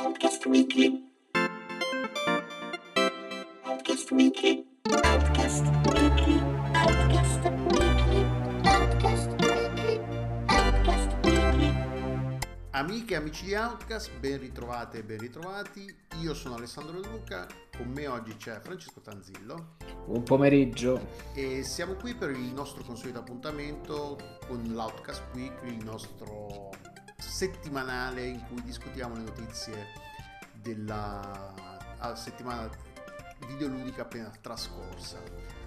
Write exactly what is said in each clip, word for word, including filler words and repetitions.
Outcast Weekly. Outcast Weekly. Outcast Weekly. Outcast Weekly. Outcast Weekly. Outcast Weekly. Amiche e amici di Outcast, ben ritrovate e ben ritrovati. Io sono Alessandro De Luca, con me oggi c'è Francesco Tanzillo. Buon pomeriggio. E siamo qui per il nostro consueto appuntamento con l'Outcast Weekly, il nostro settimanale in cui discutiamo le notizie della settimana videoludica appena trascorsa.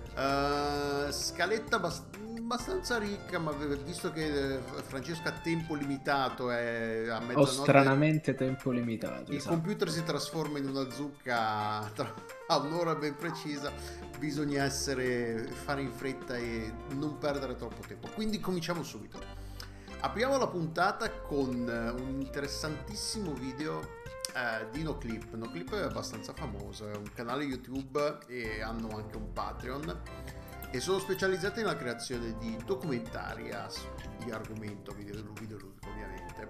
Uh, scaletta bast- abbastanza ricca, ma visto che eh, Francesco ha tempo limitato è a mezzanotte, ho stranamente tempo limitato, il esatto. computer si trasforma in una zucca tra, a un'ora ben precisa, bisogna essere fare in fretta e non perdere troppo tempo, quindi cominciamo subito. Apriamo la puntata con un interessantissimo video eh, di NoClip. NoClip è abbastanza famoso, è un canale YouTube e hanno anche un Patreon e sono specializzati nella creazione di documentari a, di argomento video, videoludico ovviamente.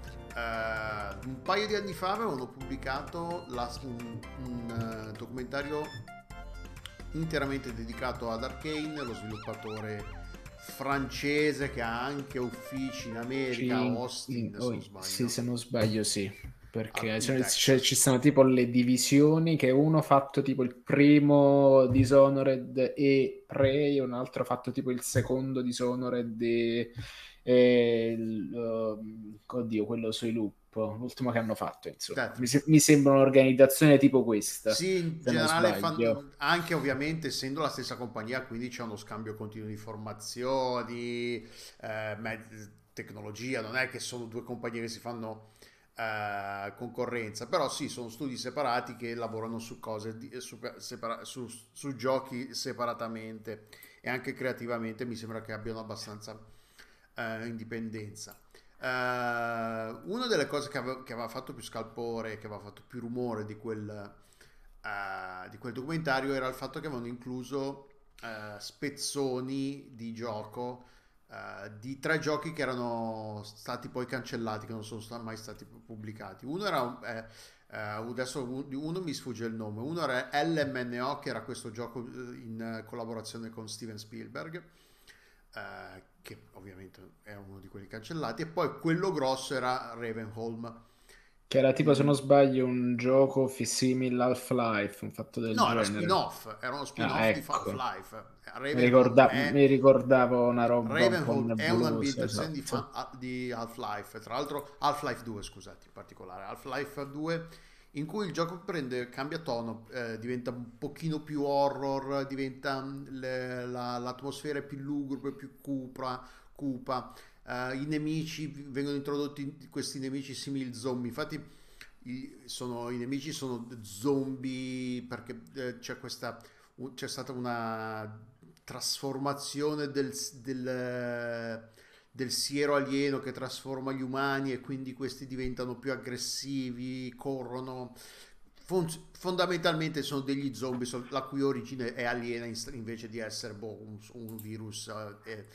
Uh, un paio di anni fa avevano pubblicato la, un, un uh, documentario interamente dedicato ad Arcane, lo sviluppatore francese che ha anche uffici in America, Sì, Austin, in- se oh, non sbaglio. sì, se non sbaglio sì, perché in cioè, Texas. c'è- ci sono tipo le divisioni, che uno ha fatto tipo il primo Dishonored e Prey, un altro ha fatto tipo il secondo Dishonored e, e il, um, oddio, quello sui loop, l'ultimo che hanno fatto, insomma. Mi, se- mi sembra un'organizzazione tipo questa, Sì, in se non generale sbaglio. fanno, anche ovviamente essendo la stessa compagnia, quindi c'è uno scambio continuo di informazioni, eh, mezzi- tecnologia, non è che sono due compagnie che si fanno eh, concorrenza, però sì, sono studi separati che lavorano su cose, di- su, separa- su- su giochi separatamente e anche creativamente mi sembra che abbiano abbastanza eh, indipendenza. Eh, una delle cose che aveva, che aveva fatto più scalpore, che aveva fatto più rumore di quel, eh, di quel documentario era il fatto che avevano incluso eh, spezzoni di gioco eh, di tre giochi che erano stati poi cancellati, che non sono sta- mai stati pubblicati. Uno era eh, eh, adesso un- uno mi sfugge il nome, uno era L M N O, che era questo gioco eh, in collaborazione con Steven Spielberg, eh, che ovviamente è uno di quelli cancellati, e poi quello grosso era Ravenholm. Che era tipo, se non Il- sbaglio, un gioco fi- simile Half-Life, un fatto del No, era genere. spin-off, era uno Ah, spin-off di ecco. Half-Life. Mi, Ravenholm ricorda- è, mi ricordavo una roba un po' Ravenholm è nebulosa, un'ambientazione di, esatto. fa- di Half-Life, tra l'altro Half-Life due, scusate, in particolare. Half-Life due in cui il gioco prende, cambia tono, eh, diventa un pochino più horror, diventa mm, le- la- l'atmosfera è più lugubre, più cupa, cupa. Eh, i nemici vengono introdotti, questi nemici simili zombie, infatti i, sono, i nemici sono zombie perché eh, c'è questa u- c'è stata una trasformazione del, del, del siero alieno che trasforma gli umani e quindi questi diventano più aggressivi, corrono. Fon- fondamentalmente sono degli zombie sol- la cui origine è aliena in- invece di essere boh, un, un virus eh, eh,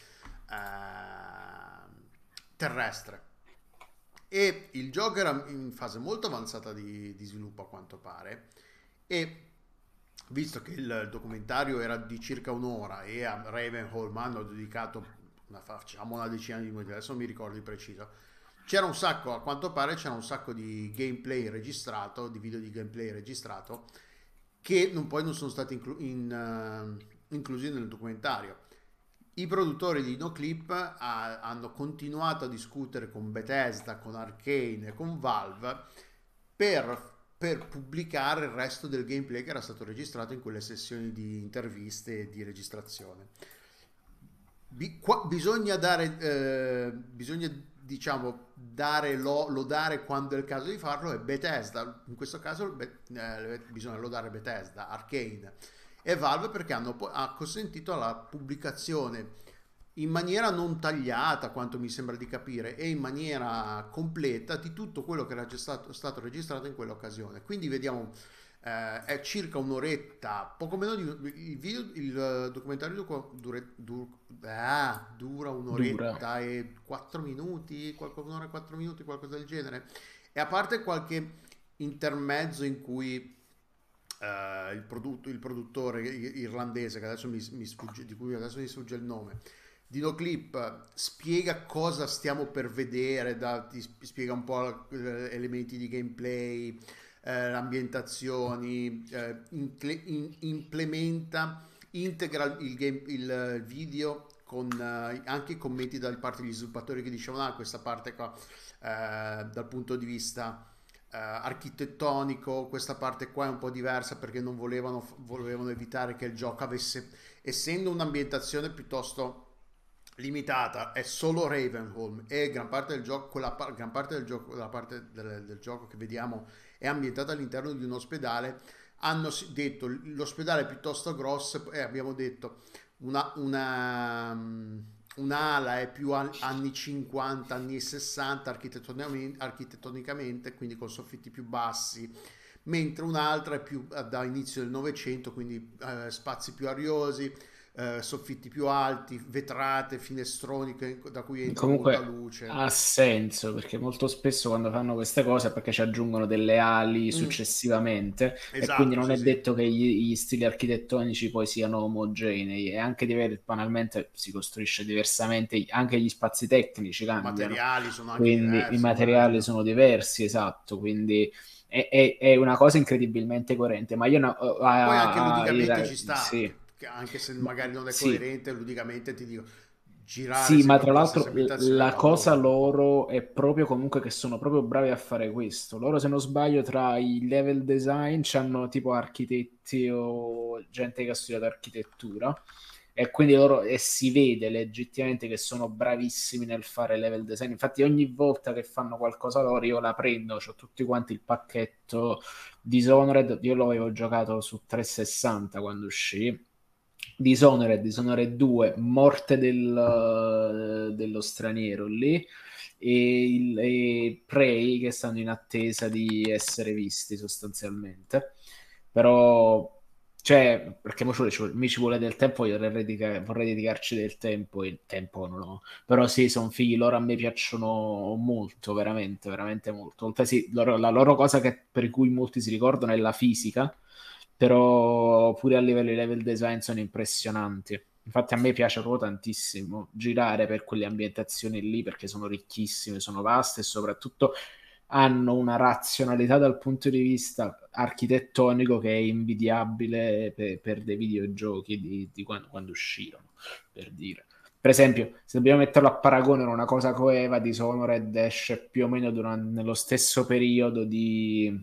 terrestre. E il gioco era in fase molto avanzata di, di sviluppo a quanto pare e visto che il documentario era di circa un'ora e a Ravenholm hanno dedicato una, facciamo una decina di minuti, adesso non mi ricordo di preciso, c'era un sacco, a quanto pare c'era un sacco di gameplay registrato, di video di gameplay registrato che non, poi non sono stati inclu- in, uh, inclusi nel documentario. I produttori di NoClip ha, hanno continuato a discutere con Bethesda, con Arcane e con Valve per, per pubblicare il resto del gameplay che era stato registrato in quelle sessioni di interviste e di registrazione. Bi- qua- bisogna dare, eh, bisogna diciamo dare lo, lodare quando è il caso di farlo, e Bethesda, in questo caso be- eh, bisogna lodare Bethesda, Arcane e Valve perché hanno po- ha consentito la pubblicazione in maniera non tagliata, quanto mi sembra di capire, e in maniera completa di tutto quello che era già stato, stato registrato in quell'occasione. Quindi vediamo, eh, è circa un'oretta, poco meno di il, video, il documentario du- dure- du- ah, dura Dura. un'oretta e quattro minuti, qualcosa, un'ora e quattro minuti, qualcosa del genere. E a parte qualche intermezzo in cui eh, il, produ- il produttore irlandese, che adesso mi, mi sfugge, di cui adesso mi sfugge il nome, di Noclip, spiega cosa stiamo per vedere, da, ti spiega un po' eh, elementi di gameplay, eh, ambientazioni, eh, incle- in- implementa, integra il, game- il video con eh, anche i commenti da parte degli sviluppatori che dicevano ah, questa parte qua eh, dal punto di vista eh, architettonico, questa parte qua è un po' diversa perché non volevano, volevano evitare che il gioco avesse, essendo un'ambientazione piuttosto limitata, è solo Ravenholm e gran parte del gioco, quella pa- gran parte del gioco, la parte del, del gioco che vediamo è ambientata all'interno di un ospedale. Hanno si- detto l'ospedale è piuttosto grosso e abbiamo detto una, una, mm, un'ala è più an- anni cinquanta, anni sessanta architettonicamente, architettonicamente, quindi con soffitti più bassi, mentre un'altra è più eh, da inizio del Novecento, quindi eh, spazi più ariosi, eh, soffitti più alti, vetrate, finestroni che- da cui entra molta Comunque luce. ha senso perché molto spesso quando fanno queste cose è perché ci aggiungono delle ali Mm, successivamente e quindi esatto, non sì, è sì. detto che gli, gli stili architettonici poi siano omogenei e anche diver- banalmente si costruisce diversamente, anche gli spazi tecnici cambiano, Materiali sono anche quindi i diversi, materiali immagino. sono diversi, esatto, quindi è, è- è una cosa incredibilmente coerente, ma io no, Poi anche a, a- ludicamente ci a- sta, sì. che- che anche se Ma- magari non è sì, coerente, ludicamente ti dico, girare sì, ma sempre tra nella stessa l'altro l- ambientazione è la cosa noioso. loro è proprio comunque che sono proprio bravi a fare questo. Loro, se non sbaglio, tra i level design c'hanno tipo architetti o gente che ha studiato architettura e quindi loro e si vede legittimamente che sono bravissimi nel fare level design. Infatti ogni volta che fanno qualcosa loro io la prendo, ho tutti quanti il pacchetto Dishonored, io lo avevo giocato su trecentosessanta quando uscì. Dishonored, Dishonored due, morte del, dello straniero lì e, il, e Prey che stanno in attesa di essere visti sostanzialmente. Però, cioè, perché mo ci vuole- ci vuole- mi ci vuole del tempo, io vorrei, dedica- vorrei dedicarci del tempo e il tempo non ho. Però sì, sono fighi, loro a me piacciono molto, veramente, veramente molto. Oltre sì, loro- la loro cosa che- per cui molti si ricordano è la fisica, però pure a livello di level design sono impressionanti. Infatti a me piace proprio tantissimo girare per quelle ambientazioni lì perché sono ricchissime, sono vaste e soprattutto hanno una razionalità dal punto di vista architettonico che è invidiabile per, per dei videogiochi di, di quando, quando uscirono, per dire. Per esempio, se dobbiamo metterlo a paragone con una cosa coeva, Dishonored esce più o meno durante, nello stesso periodo di,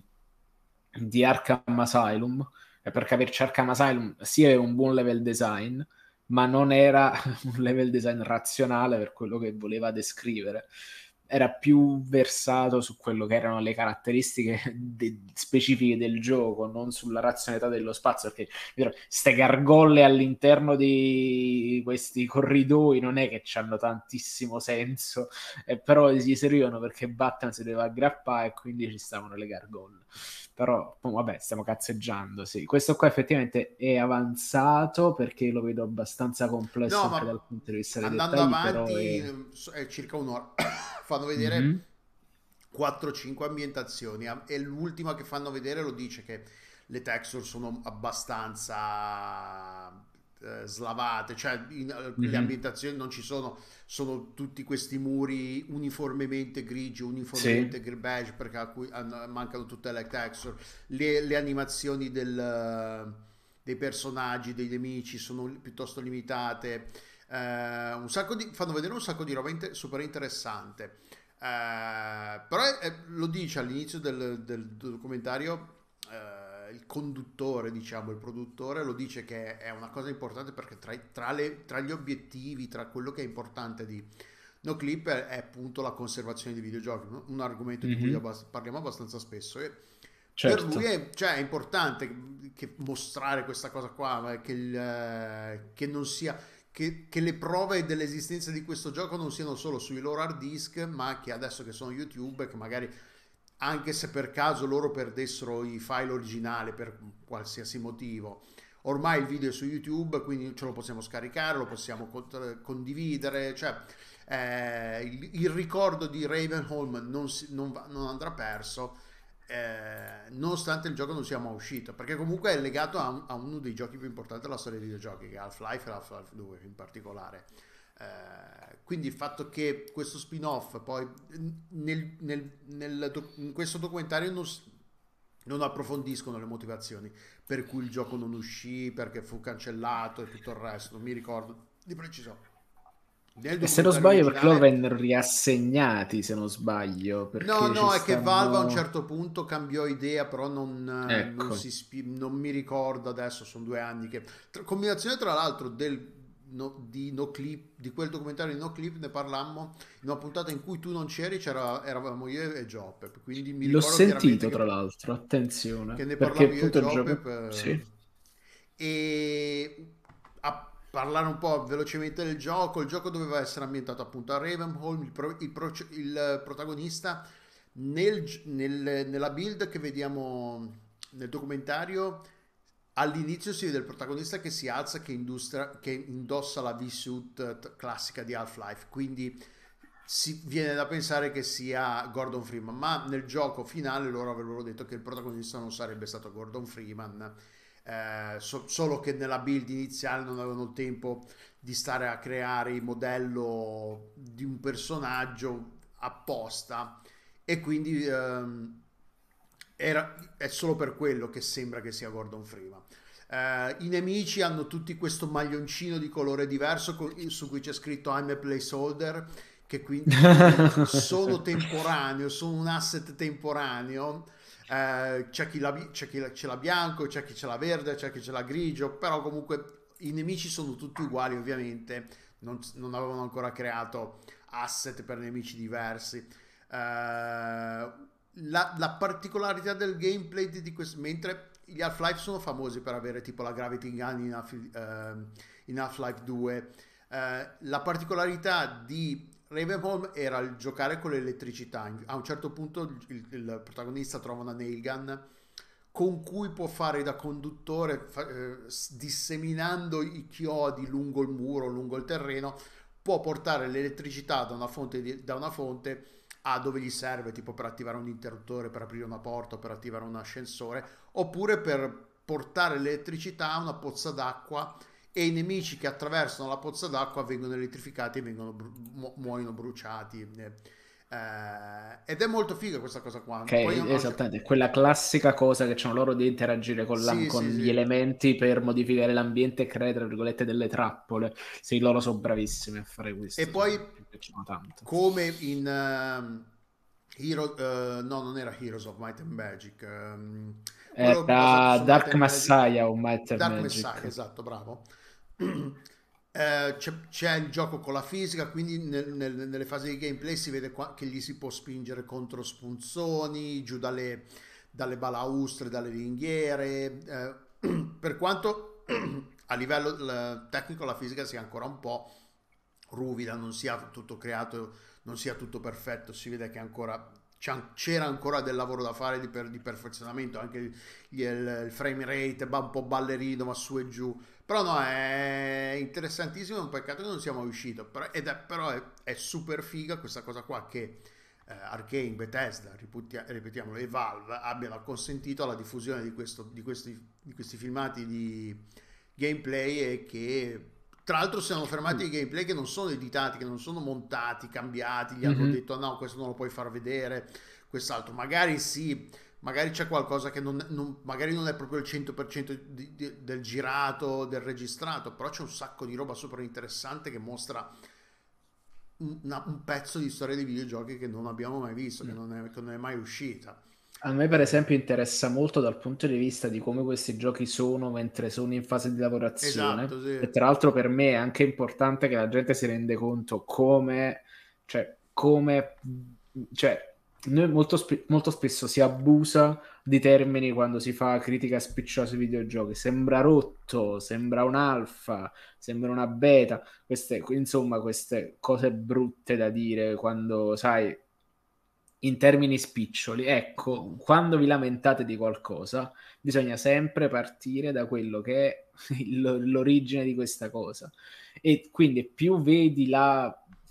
di Arkham Asylum, e per capirci Arkham Asylum sì è un buon level design, ma non era un level design razionale per quello che voleva descrivere. Era più versato su quello che erano le caratteristiche de- specifiche del gioco, non sulla razionalità dello spazio. Perché queste gargolle all'interno di questi corridoi non è che hanno tantissimo senso, eh, però gli servivano perché Batman si doveva aggrappare e quindi ci stavano le gargolle. Però, oh, vabbè, stiamo cazzeggiando, sì. Questo qua effettivamente è avanzato perché lo vedo abbastanza complesso No, anche dal ma punto di vista dei andando dettagli, però avanti è... è circa un'ora. Fanno vedere Mhm. quattro cinque ambientazioni e l'ultima che fanno vedere lo dice che le texture sono abbastanza eh, slavate, cioè in- eh, le Mhm. ambientazioni non ci sono, sono tutti questi muri uniformemente grigi, uniformemente Sì, gr- beige perché a cui hanno- mancano tutte le texture, le, le animazioni del, dei personaggi, dei nemici sono piuttosto limitate. Eh, un sacco di, fanno vedere un sacco di roba inte- super interessante. Eh, però è- è- lo dice all'inizio del, del documentario eh, il conduttore, diciamo, il produttore lo dice che è una cosa importante perché tra, i- tra le- tra gli obiettivi, tra quello che è importante di NoClip è, è appunto la conservazione di videogiochi, no? Un argomento di cui mhm. abbast- parliamo abbastanza spesso e per lui Certo. è, cioè, è importante che mostrare questa cosa qua, ma che, il, eh, che non sia che, che le prove dell'esistenza di questo gioco non siano solo sui loro hard disk, ma che adesso che sono YouTube, che magari anche se per caso loro perdessero i file originali per qualsiasi motivo, ormai il video è su YouTube, quindi ce lo possiamo scaricare, lo possiamo cont- condividere, cioè eh, il, il ricordo di Ravenholm non, si- non va- non andrà perso eh, nonostante il gioco non sia mai uscito, perché comunque è legato a, un- a uno dei giochi più importanti della storia dei videogiochi, che è Half-Life e Half-Life due in particolare. Eh, quindi il fatto che questo spin-off poi nel- nel- nel doc- in questo documentario non, s- non approfondiscono le motivazioni per cui il gioco non uscì, perché fu cancellato e tutto il resto, non mi ricordo di preciso. Nel E se non documentario sbaglio, perché loro originale. vennero riassegnati, se non sbaglio, No, perché ci no, è che Valve a un stanno... certo punto cambiò idea, però non, eh, non Ecco. si spi- non mi ricordo adesso, sono due anni che... tra- combinazione tra l'altro del, no- di No Clip, di quel documentario di No Clip, ne parlammo in una puntata in cui tu non c'eri, c'era, eravamo io e Joppe, quindi mi L'ho ricordo chiaramente sentito, che, tra l'altro, che attenzione, ne perché parlavo io e appunto il Joppe gioco... per- Sì. e a parlare un po' velocemente del gioco. Il gioco doveva essere ambientato appunto a Ravenholm. Il, pro- il pro- il protagonista nel gi- nel- nella build che vediamo nel documentario, all'inizio si vede il protagonista che si alza, che, industra- che indossa la V-suit eh, t- classica di Half-Life, quindi si viene da pensare che sia Gordon Freeman, ma nel gioco finale loro avrebbero detto che il protagonista non sarebbe stato Gordon Freeman, eh, so- solo che nella build iniziale non avevano il tempo di stare a creare il modello di un personaggio apposta, e quindi ehm, era, è solo per quello che sembra che sia Gordon Freeman. Eh, I nemici hanno tutti questo maglioncino di colore diverso con- su cui c'è scritto I'm a placeholder, che quindi, quindi sono temporaneo, sono un asset temporaneo. Eh, c'è chi, la- c'è chi ce l'ha bianco, c'è chi ce l'ha verde, c'è chi ce l'ha grigio, però comunque i nemici sono tutti uguali, ovviamente non, non avevano ancora creato asset per nemici diversi. Eh, la, la particolarità del gameplay di, di questo, mentre gli Half-Life sono famosi per avere tipo la Gravity Gun in, Half, ehm, in Half-Life due, eh, la particolarità di Ravenholm era il giocare con l'elettricità. A un certo punto il, il- il protagonista trova una nail gun con cui può fare da conduttore, fa- eh, s- disseminando i chiodi lungo il muro, lungo il terreno, può portare l'elettricità da una fonte, di- da una fonte a dove gli serve, tipo per attivare un interruttore, per aprire una porta, per attivare un ascensore, oppure per portare l'elettricità a una pozza d'acqua, e i nemici che attraversano la pozza d'acqua vengono elettrificati e vengono bru- mu- muoiono bruciati. Eh, eh, ed è molto figa questa cosa qua. Ok, Poi a un cer- esattamente, quella classica cosa che c'hanno loro di interagire con, la- sì, sì, con gli sì. elementi per modificare l'ambiente e creare, tra virgolette, delle trappole. Sì, loro sono bravissimi a fare E questo, poi, sono- mi piacciono tanto. come in ehm, Hero, eh, no, non era Heroes of Might and Magic, ehm, quello basato Era su Might Dark and Magic, Messiah o Might and Dark Messiah, Magic. esatto, bravo. Eh, c'è, c'è il gioco con la fisica, quindi nel- nel- nelle fasi di gameplay si vede qua- che gli si può spingere contro spunzoni, giù dalle, dalle balaustre, dalle ringhiere. eh, per quanto a livello l- tecnico la fisica sia ancora un po' ruvida, non sia tutto creato, non sia tutto perfetto, si vede che ancora c'è- c'era ancora del lavoro da fare di, per- di perfezionamento, anche il, il- il frame rate va un po' ballerino, ma su e giù. Però no, è interessantissimo, è un peccato che non siamo riusciti, però, ed è, però è, è super figa questa cosa qua, che eh, Arcane, Bethesda, riputia- ripetiamolo, e Valve abbiano consentito la diffusione di, questo, di, questi, di questi filmati di gameplay, e che tra l'altro si sono fermati i gameplay che non sono editati, che non sono montati, cambiati, gli hanno Mhm. detto no, questo non lo puoi far vedere, quest'altro magari sì, magari c'è qualcosa che non, non- magari non è proprio il cento per cento di- di- del girato, del registrato, però c'è un sacco di roba super interessante che mostra un, una- un pezzo di storia dei videogiochi che non abbiamo mai visto, che non è, che non è mai uscita. A me, per Eh, esempio, interessa molto dal punto di vista di come questi giochi sono mentre sono in fase di lavorazione. esatto, E sì. tra l'altro per me è anche importante che la gente si rende conto come, cioè, come, cioè, noi molto, spe- molto spesso si abusa di termini quando si fa critica spicciosa sui videogiochi. Sembra rotto, sembra un'alfa, sembra una beta. Queste, insomma, queste cose brutte da dire quando, sai, in termini spiccioli. Ecco, quando vi lamentate di qualcosa, bisogna sempre partire da quello che è il- l'origine di questa cosa. E quindi più vedi la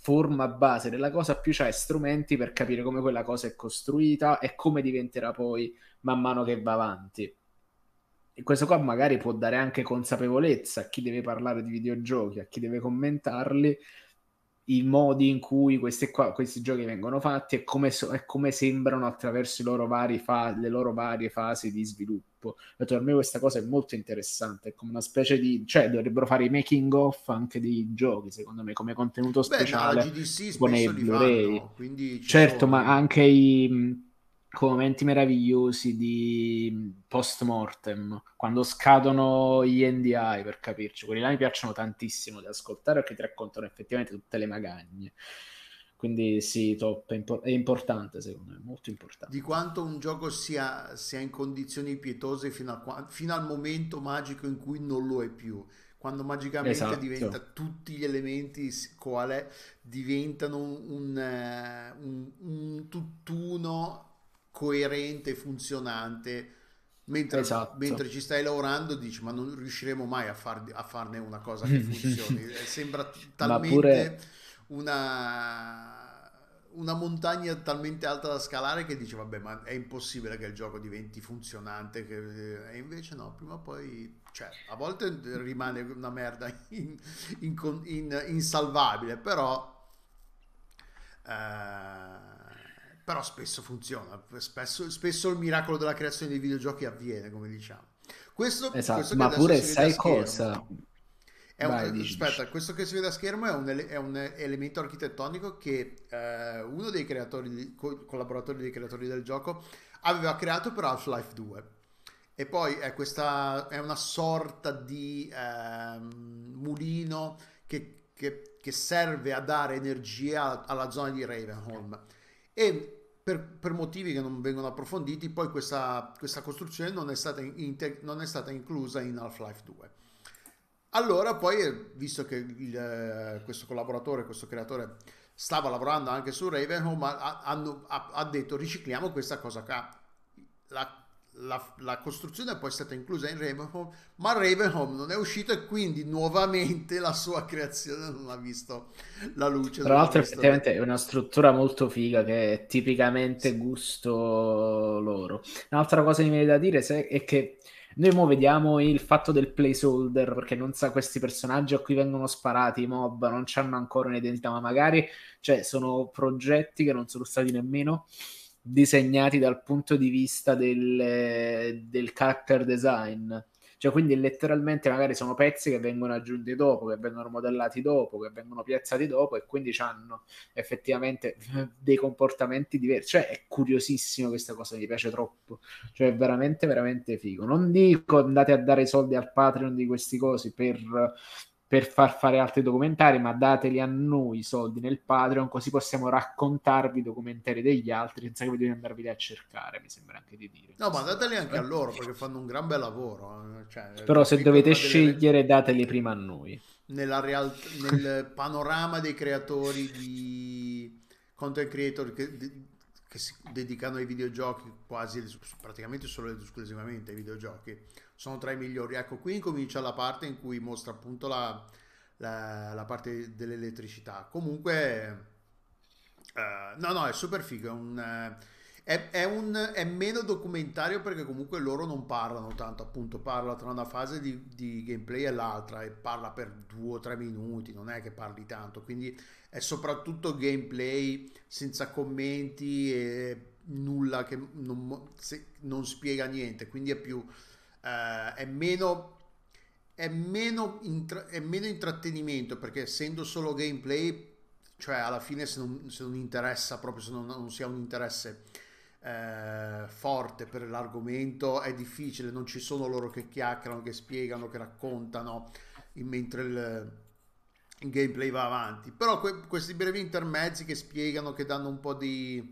forma base della cosa, più c'hai strumenti per capire come quella cosa è costruita e come diventerà poi man mano che va avanti. E questo qua magari può dare anche consapevolezza a chi deve parlare di videogiochi, a chi deve commentarli, i modi in cui questi, qua, questi giochi vengono fatti e come, so, e come sembrano attraverso i loro vari fa, le loro varie fasi di sviluppo. Per me questa cosa è molto interessante, è come una specie di... cioè dovrebbero fare i making of anche dei giochi, secondo me, come contenuto speciale. Beh, alla G D C Con i spesso li Blu-ray. fanno, quindi ci Certo, sono. ma anche i commenti meravigliosi di post mortem, quando scadono gli N D I, per capirci, quelli là mi piacciono tantissimo da ascoltare perché ti raccontano effettivamente tutte le magagne. Quindi sì, top, è, impor- è importante secondo me, molto importante. Di quanto un gioco sia, sia in condizioni pietose fino, a qua- fino al momento magico in cui non lo è più. Quando magicamente Esatto. diventa tutti gli elementi s- quale diventano un, un, eh, un- un tutt'uno coerente e funzionante, mentre, Esatto. mentre ci stai lavorando dici ma non riusciremo mai a, far- a farne una cosa che funzioni. Eh, Sembra Ma talmente pure una, una montagna talmente alta da scalare che dici vabbè ma è impossibile che il gioco diventi funzionante che- e invece no, prima o poi cioè, a volte rimane una merda in- in- in- insalvabile, però eh, però spesso funziona, spesso, spesso il miracolo della creazione dei videogiochi avviene, come diciamo. Questo, esatto, questo che ma adesso pure si vede a sai schermo cosa? è un, Vai, eh, dici, dici. aspetta, questo che si vede a schermo è un, ele- è un elemento architettonico che eh, uno dei creatori, di- co- collaboratori dei creatori del gioco aveva creato per Half-Life due. E poi è questa, è una sorta di ehm, mulino che, che- che serve a dare energia alla zona di Ravenholm. E per, per motivi che non vengono approfonditi, poi questa, questa costruzione non è stata, in- inte- non è stata inclusa in Half-Life due. Allora, poi, eh, visto che il, eh, questo collaboratore, questo creatore stava lavorando anche su Ravenholm, ha, ha- hanno- ha- ha detto ricicliamo questa cosa qua. La, la- la costruzione è poi stata inclusa in Ravenholm, ma Ravenholm non è uscito e quindi nuovamente la sua creazione non ha visto la luce, Tra non ha l'altro visto le... effettivamente è una struttura molto figa che è tipicamente gusto loro. Un'altra cosa che mi viene da dire se- è che noi mo vediamo il fatto del placeholder, perché non sa questi personaggi a cui vengono sparati, i mob, non hanno ancora un'identità, ma magari cioè, sono progetti che non sono stati nemmeno disegnati dal punto di vista del, del character design. Cioè, quindi letteralmente magari sono pezzi che vengono aggiunti dopo, che vengono modellati dopo, che vengono piazzati dopo e quindi hanno effettivamente dei comportamenti diversi. Cioè, è curiosissimo questa cosa, mi piace troppo. Cioè, è veramente, veramente figo. Non dico andate a dare i soldi al Patreon di questi cosi per, per far fare altri documentari, ma dateli a noi i soldi nel Patreon, così possiamo raccontarvi i documentari degli altri senza che vi dovete andarvi a cercare, mi sembra anche di dire in No, ma questo dateli caso, anche a eh. loro perché fanno un gran bel lavoro. eh, Cioè, Però se Epic è dovete una delle... re- scegliere, dateli prima a noi. nella realtà, nel panorama dei creatori di content creator che, che si dedicano ai videogiochi quasi praticamente solo ed esclusivamente ai videogiochi sono tra i migliori. Ecco, qui comincia la parte in cui mostra appunto la, la, la parte dell'elettricità. Comunque eh, no, no, è super figo, è un, eh, è, è un- è meno documentario perché comunque loro non parlano tanto, appunto, parla tra una fase di, di gameplay e l'altra e parla per due o tre minuti, non è che parli tanto, quindi è soprattutto gameplay senza commenti e nulla che non, mo- se- non spiega niente, quindi è più, eh, è meno... È meno, intra- è meno intrattenimento perché essendo solo gameplay, cioè alla fine se non, se non interessa proprio, se non, non si ha un interesse eh, forte per l'argomento, è difficile, non ci sono loro che chiacchierano, che spiegano, che raccontano in- mentre il, il gameplay va avanti. Però que- questi brevi intermezzi che spiegano, che danno un po' di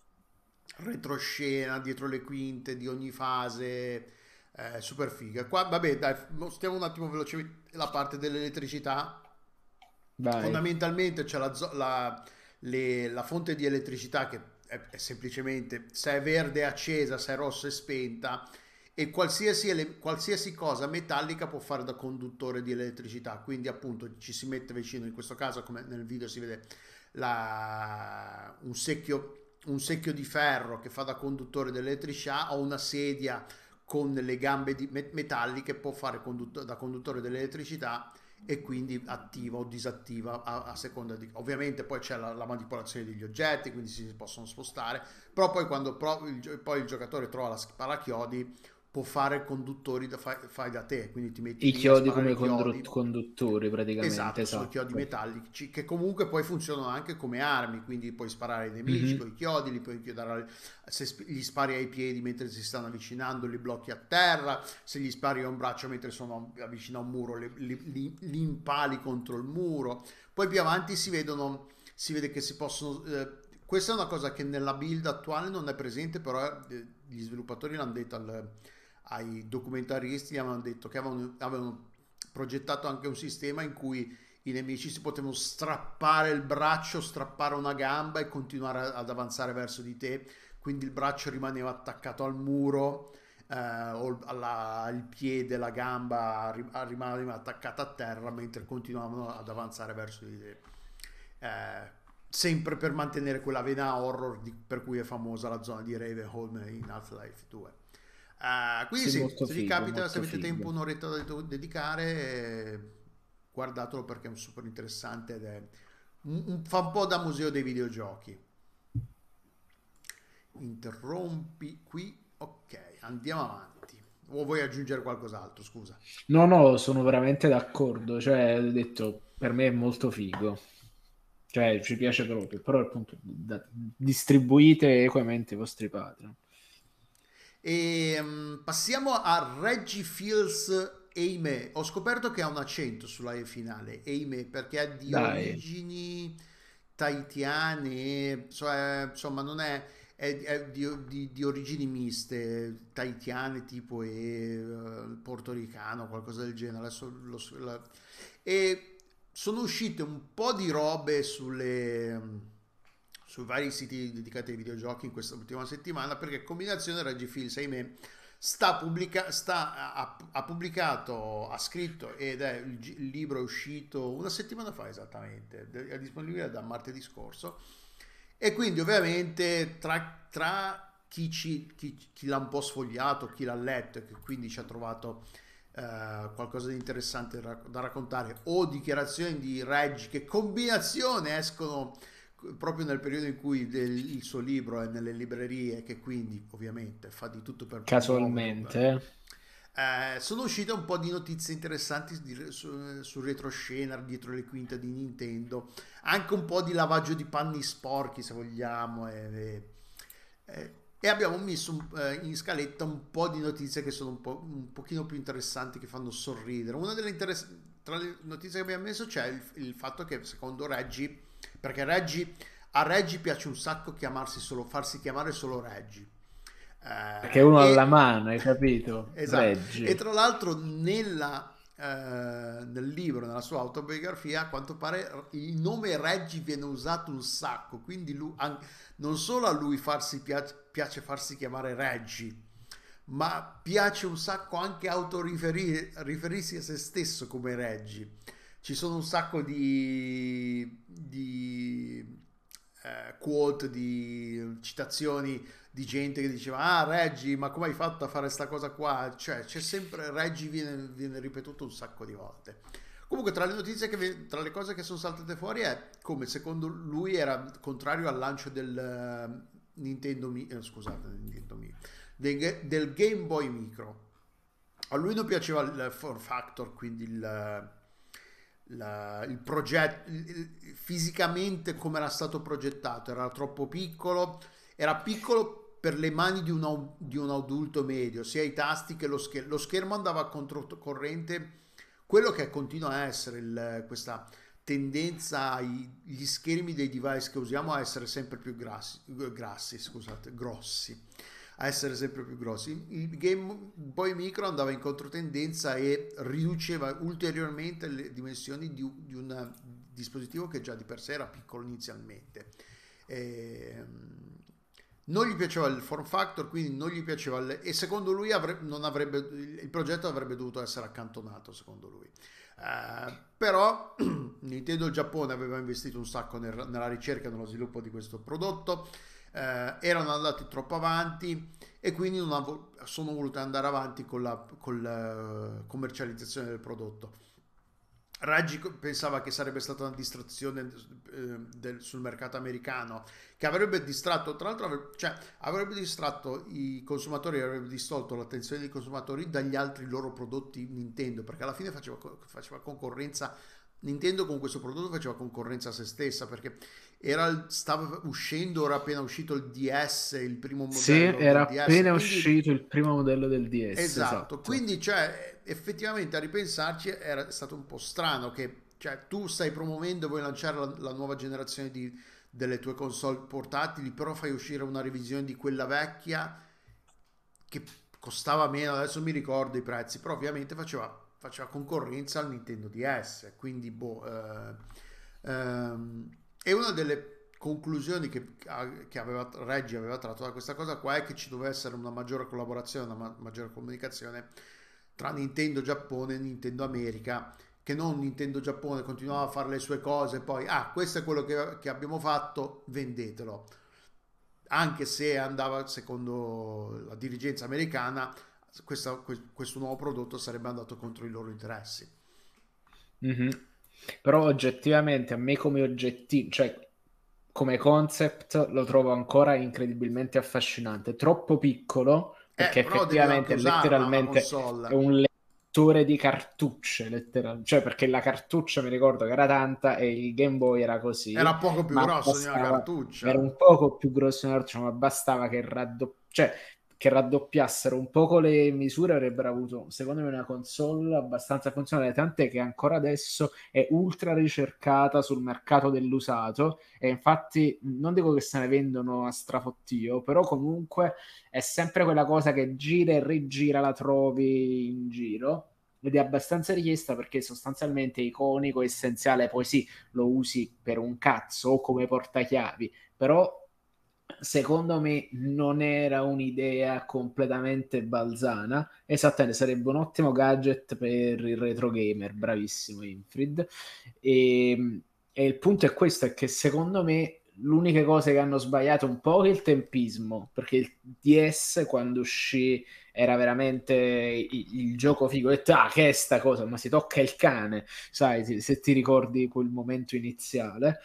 retroscena dietro le quinte di ogni fase, eh, super figa. Qua, vabbè, dai, mostriamo un attimo velocemente la parte dell'elettricità. Vai. Fondamentalmente c'è la, zo- la- le- la fonte di elettricità che è, è semplicemente se è verde è accesa, se è rossa è spenta e qualsiasi, ele- qualsiasi cosa metallica può fare da conduttore di elettricità. Quindi appunto ci si mette vicino, in questo caso come nel video si vede la- un secchio, un secchio di ferro che fa da conduttore dell'elettricità o una sedia con le gambe di me- metalliche può fare condutto- da conduttore dell'elettricità e quindi attiva o disattiva a, a seconda di... Ovviamente poi c'è la, la manipolazione degli oggetti, quindi si possono spostare, però poi quando pro- il, gio- poi il giocatore trova la sparachiodi può fare conduttori da fai, fai da te, quindi ti metti I lì a chiodi sparare come i condru- chiodi. conduttori praticamente, Esatto, sono chiodi esatto. metallici che comunque poi funzionano anche come armi, quindi puoi sparare ai nemici con Mhm. i chiodi, li puoi chiodare, se sp- gli spari ai piedi mentre si stanno avvicinando, li blocchi a terra, se gli spari a un braccio mentre sono vicino a un muro, li, li- li- li impali contro il muro. Poi più avanti si vedono, si vede che si possono... eh, questa è una cosa che nella build attuale non è presente, però eh, gli sviluppatori l'hanno detto al- ai documentaristi, gli avevano detto che avevano, avevano progettato anche un sistema in cui i nemici si potevano strappare il braccio, strappare una gamba e continuare a- ad avanzare verso di te, quindi il braccio rimaneva attaccato al muro, eh, o alla- il piede, la gamba ri- rimaneva attaccata a terra mentre continuavano ad avanzare verso di te. Eh, sempre per mantenere quella vena horror di- per cui è famosa la zona di Ravenholm in Half-Life due. Eh, quindi Sì, sì, molto se vi figo, capita, se molto avete tempo, figo. un'oretta da de- dedicare, eh, guardatelo perché è un super interessante ed è un- un- fa un po' da museo dei videogiochi. Interrompi qui, ok, andiamo avanti. O vuoi aggiungere qualcos'altro, scusa? No, no, sono veramente d'accordo. Cioè, ho detto, per me è molto figo. Cioè, ci piace proprio. Però, appunto, da- distribuite equamente i vostri Patreon. E mm, passiamo a Reggie Fils Eime. Ho scoperto che ha un accento sulla E finale, Eime, perché è di Dai, origini tahitiane, cioè, insomma, non è, è- è di, di- di origini miste, tahitiane tipo e eh, portoricano, qualcosa del genere. Adesso lo so- la- e sono uscite un po' di robe sulle sui vari siti dedicati ai videogiochi in questa ultima settimana perché combinazione Reggie Fils ahimè sta pubblica- sta, ha, ha pubblicato, ha scritto ed è il, gi- il libro è uscito una settimana fa esattamente, è disponibile da martedì scorso e quindi ovviamente tra, tra chi, ci, chi, chi l'ha un po' sfogliato, chi l'ha letto e che quindi ci ha trovato eh, qualcosa di interessante da, da raccontare o dichiarazioni di Reggie che combinazione escono proprio nel periodo in cui del- il suo libro è nelle librerie, che quindi ovviamente fa di tutto per promuoverlo. casualmente, eh. Eh, sono uscite un po' di notizie interessanti di- su, sul retroscena, dietro le quinte di Nintendo, anche un po' di lavaggio di panni sporchi, se vogliamo, e, e- e abbiamo messo un- eh, in scaletta un po' di notizie che sono un po', un pochino più interessanti, che fanno sorridere. Una delle interess- tra le notizie che abbiamo messo c'è il, il fatto che secondo Reggie, perché Reggie, a Reggie piace un sacco chiamarsi solo, farsi chiamare solo Reggie. Perché Eh, uno alla e, mano, hai capito? esatto, e Regge. tra l'altro nella, eh, nel libro, nella sua autobiografia, a quanto pare il nome Reggie viene usato un sacco, quindi lui, an- non solo a lui farsi piace, piace farsi chiamare Reggie, ma piace un sacco anche autoriferirsi a se stesso come Reggie. Ci sono un sacco di, di eh, quote, di citazioni di gente che diceva ah Reggie ma come hai fatto a fare sta cosa qua, cioè c'è sempre Reggie, viene, viene ripetuto un sacco di volte. Comunque tra le notizie che ve- tra le cose che sono saltate fuori è come secondo lui era contrario al lancio del eh, Nintendo Mi- eh, scusate Nintendo Mi- del, ga- del Game Boy Micro. A lui non piaceva il form factor, quindi il, la- il progetto il- il- fisicamente come era stato progettato, era troppo piccolo, era piccolo per le mani di un, au- di un adulto medio, sia i tasti che lo schermo. Lo schermo andava a controcorrente, quello che continua a essere il- questa tendenza agli schermi dei device che usiamo a essere sempre più grassi, grassi, scusate, grossi, a essere sempre più grossi. Il Game Boy Micro andava in controtendenza e riduceva ulteriormente le dimensioni di, di un dispositivo che già di per sé era piccolo inizialmente. Ehm, non gli piaceva il form factor, quindi non gli piaceva il- e secondo lui avre- non avrebbe, il progetto avrebbe dovuto essere accantonato, secondo lui. Eh, però Nintendo Giappone aveva investito un sacco nel- nella ricerca e nello sviluppo di questo prodotto, eh, erano andati troppo avanti e quindi non avo- sono voluti andare avanti con la, con la commercializzazione del prodotto. Raggi co- pensava che sarebbe stata una distrazione eh, del- sul mercato americano che avrebbe distratto, tra l'altro, avre- cioè, avrebbe distratto i consumatori, avrebbe distolto l'attenzione dei consumatori dagli altri loro prodotti Nintendo, perché alla fine faceva, co- faceva concorrenza. Nintendo con questo prodotto faceva concorrenza a se stessa perché era, il- stava uscendo, era appena uscito il D S, il primo Sì, modello era del D S, appena quindi uscito il primo modello del D S, esatto, esatto. quindi cioè, effettivamente a ripensarci era stato un po' strano che cioè, tu stai promuovendo, vuoi lanciare la, la nuova generazione di- delle tue console portatili, però fai uscire una revisione di quella vecchia che costava meno, adesso mi ricordo i prezzi, però ovviamente faceva, faceva concorrenza al Nintendo D S, quindi boh, eh, ehm, e una delle conclusioni che, che aveva, Reggie aveva tratto da questa cosa qua è che ci doveva essere una maggiore collaborazione, una ma- maggiore comunicazione tra Nintendo Giappone e Nintendo America, che non Nintendo Giappone continuava a fare le sue cose, poi ah, questo è quello che, che abbiamo fatto, vendetelo. Anche se andava, secondo la dirigenza americana, questa- que- questo nuovo prodotto sarebbe andato contro i loro interessi. Mhm. Però oggettivamente a me come oggettivo, cioè come concept lo trovo ancora incredibilmente affascinante, troppo piccolo Eh, perché però devi anche effettivamente è usarla una letteralmente è console. un lettore di cartucce, letteralmente, cioè perché la cartuccia mi ricordo che era tanta e il Game Boy era così, Era poco più ma grosso di una bastava, era cartuccia. un poco più grosso di una cartuccia, ma bastava che raddo- cioè, che raddoppiassero un poco le misure, avrebbero avuto secondo me una console abbastanza funzionale, tant'è che ancora adesso è ultra ricercata sul mercato dell'usato e infatti non dico che se ne vendono a strafottio, però comunque è sempre quella cosa che gira e rigira la trovi in giro ed è abbastanza richiesta perché sostanzialmente è iconico, essenziale, poi sì, lo usi per un cazzo o come portachiavi, però secondo me non era un'idea completamente balzana. Esattamente, sarebbe un ottimo gadget per il retro gamer, bravissimo Infrid. E, e il punto è questo, è che secondo me l'unica cosa che hanno sbagliato un po' è il tempismo, perché il D S quando uscì era veramente il, il gioco figo, ho detto, ah, che è sta cosa, ma si tocca il cane, sai, se, se ti ricordi quel momento iniziale,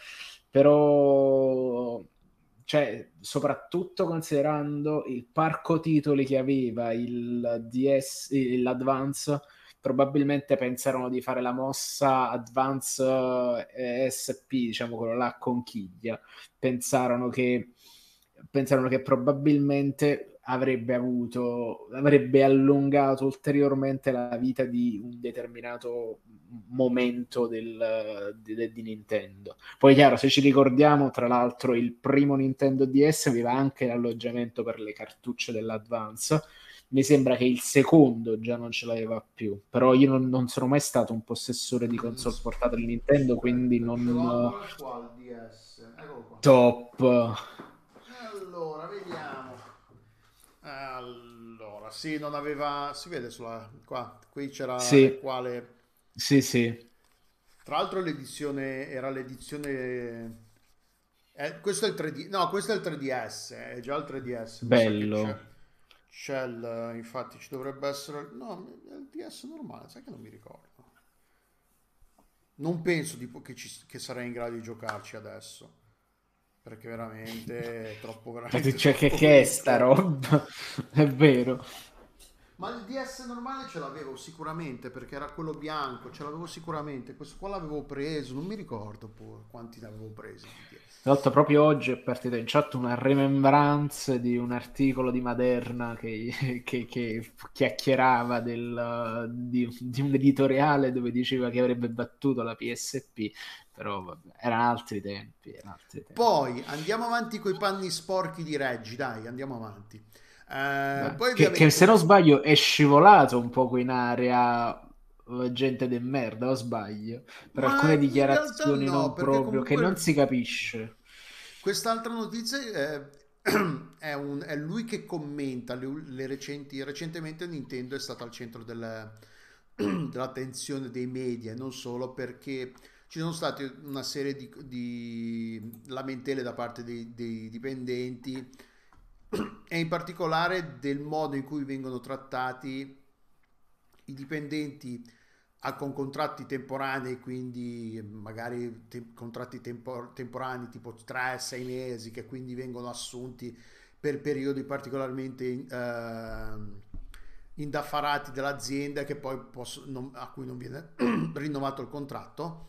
però cioè, soprattutto considerando il parco titoli che aveva il D S, il- l'Advance, probabilmente pensarono di fare la mossa Advance eh, S P, diciamo quello là a conchiglia. Pensarono che, pensarono che probabilmente avrebbe avuto, avrebbe allungato ulteriormente la vita di un determinato momento del, di, di Nintendo. Poi chiaro, se ci ricordiamo, tra l'altro il primo Nintendo D S aveva anche l'alloggiamento per le cartucce dell'Advance. Mi sembra che il secondo già non ce l'aveva più, però io non, non sono mai stato un possessore di Mm, console portatili Nintendo, quindi aspetta, ce l'ho non ancora qua il D S. Eccolo qua. top. Allora, vediamo. Allora, sì, non aveva. Si vede sulla. Qua, qui c'era Sì, quale. sì, sì, Tra l'altro l'edizione era l'edizione. Eh, questo è il tre D. No, questo è il tre D S. È già il tre D S. Mi sa che c'è. bello. C'è il. Infatti ci dovrebbe essere. No, è il D S normale, sai che non mi ricordo. Non penso tipo, che, ci, che sarei in grado di giocarci adesso. Perché veramente è troppo, veramente Cioè, che, troppo che è sta vecchio. roba? È vero. Ma il D S normale ce l'avevo sicuramente perché era quello bianco, ce l'avevo sicuramente. Questo qua l'avevo preso, non mi ricordo pure quanti ne avevo presi di D S. Tra l'altro proprio oggi è partita in chat una remembranze di un articolo di Maderna che, che- che chiacchierava del- di, di un editoriale dove diceva che avrebbe battuto la P S P, però vabbè, erano altri tempi, erano altri tempi. Poi andiamo avanti con i panni sporchi di Reggi, dai, andiamo avanti. Eh, Beh, poi che, che se ovviamente non sbaglio è scivolato un poco in area eh, gente de merda, o sbaglio? Per ma alcune in realtà dichiarazioni no, non perché proprio, che non comunque si capisce. quest'altra notizia, eh, è, un- è lui che commenta le, le recenti, recentemente Nintendo è stata al centro del- dell'attenzione dei media, e non solo perché ci sono state una serie di, di lamentele da parte dei, dei dipendenti e in particolare del modo in cui vengono trattati i dipendenti a- con contratti temporanei, quindi magari te- contratti tempo- temporanei tipo tre sei mesi, che quindi vengono assunti per periodi particolarmente eh, indaffarati dell'azienda, che poi posso- non- a cui non viene rinnovato il contratto.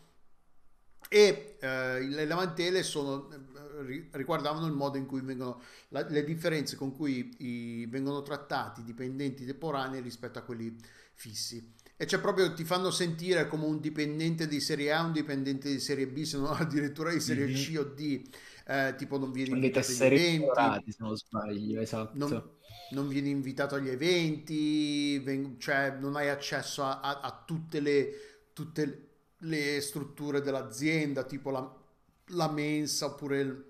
E eh, le lamentele sono, eh, ri- riguardavano il modo in cui vengono la- le differenze con cui i- vengono trattati i dipendenti temporanei rispetto a quelli fissi. E c'è proprio, ti fanno sentire come un dipendente di serie A, un dipendente di serie B, se non addirittura di serie Mhm. C o D, eh, tipo non viene Con le invitato agli tesserine eventi, colorate, se non sbaglio, non, esatto. non vieni invitato agli eventi, ven- cioè non hai accesso a, a- a tutte le, tutte le strutture dell'azienda, tipo la, la mensa oppure il,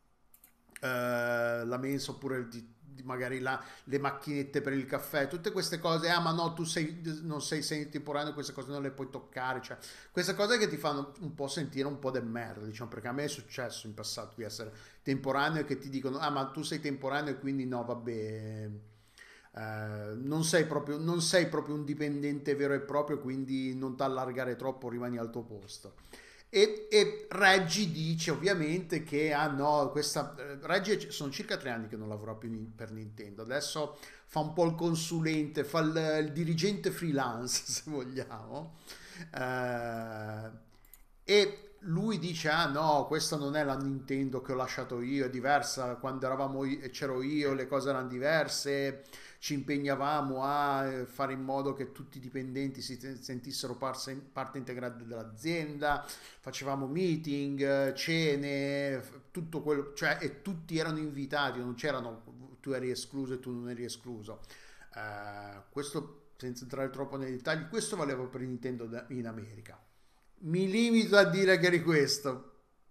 eh, la mensa oppure il- di- di- magari la- le macchinette per il caffè, tutte queste cose. Ah, ma no, tu sei, non sei, sei temporaneo, queste cose non le puoi toccare. Cioè, queste cose che ti fanno un po' sentire un po' del merda, diciamo, perché a me è successo in passato di essere temporaneo e che ti dicono, ah, ma tu sei temporaneo e quindi no, vabbè. Eh, non sei proprio, non sei proprio un dipendente vero e proprio, quindi non ti allargare troppo, rimani al tuo posto. E, e Reggie dice ovviamente che ah no, questa eh, Reggie sono circa tre anni che non lavora più ni- per Nintendo, adesso fa un po' il consulente, fa il, il dirigente freelance se vogliamo. Eh, e lui dice ah no, questa non è la Nintendo che ho lasciato io, è diversa, quando eravamo i- c'ero io le cose erano diverse, ci impegnavamo a eh, fare in modo che tutti i dipendenti si te- sentissero parse- parte integrante dell'azienda, facevamo meeting, eh, cene, f- tutto quello, cioè, e tutti erano invitati, non c'erano tu eri escluso e tu non eri escluso. Eh, questo, senza entrare troppo nei dettagli, questo valeva per Nintendo da- in America. Mi limito a dire che eri questo.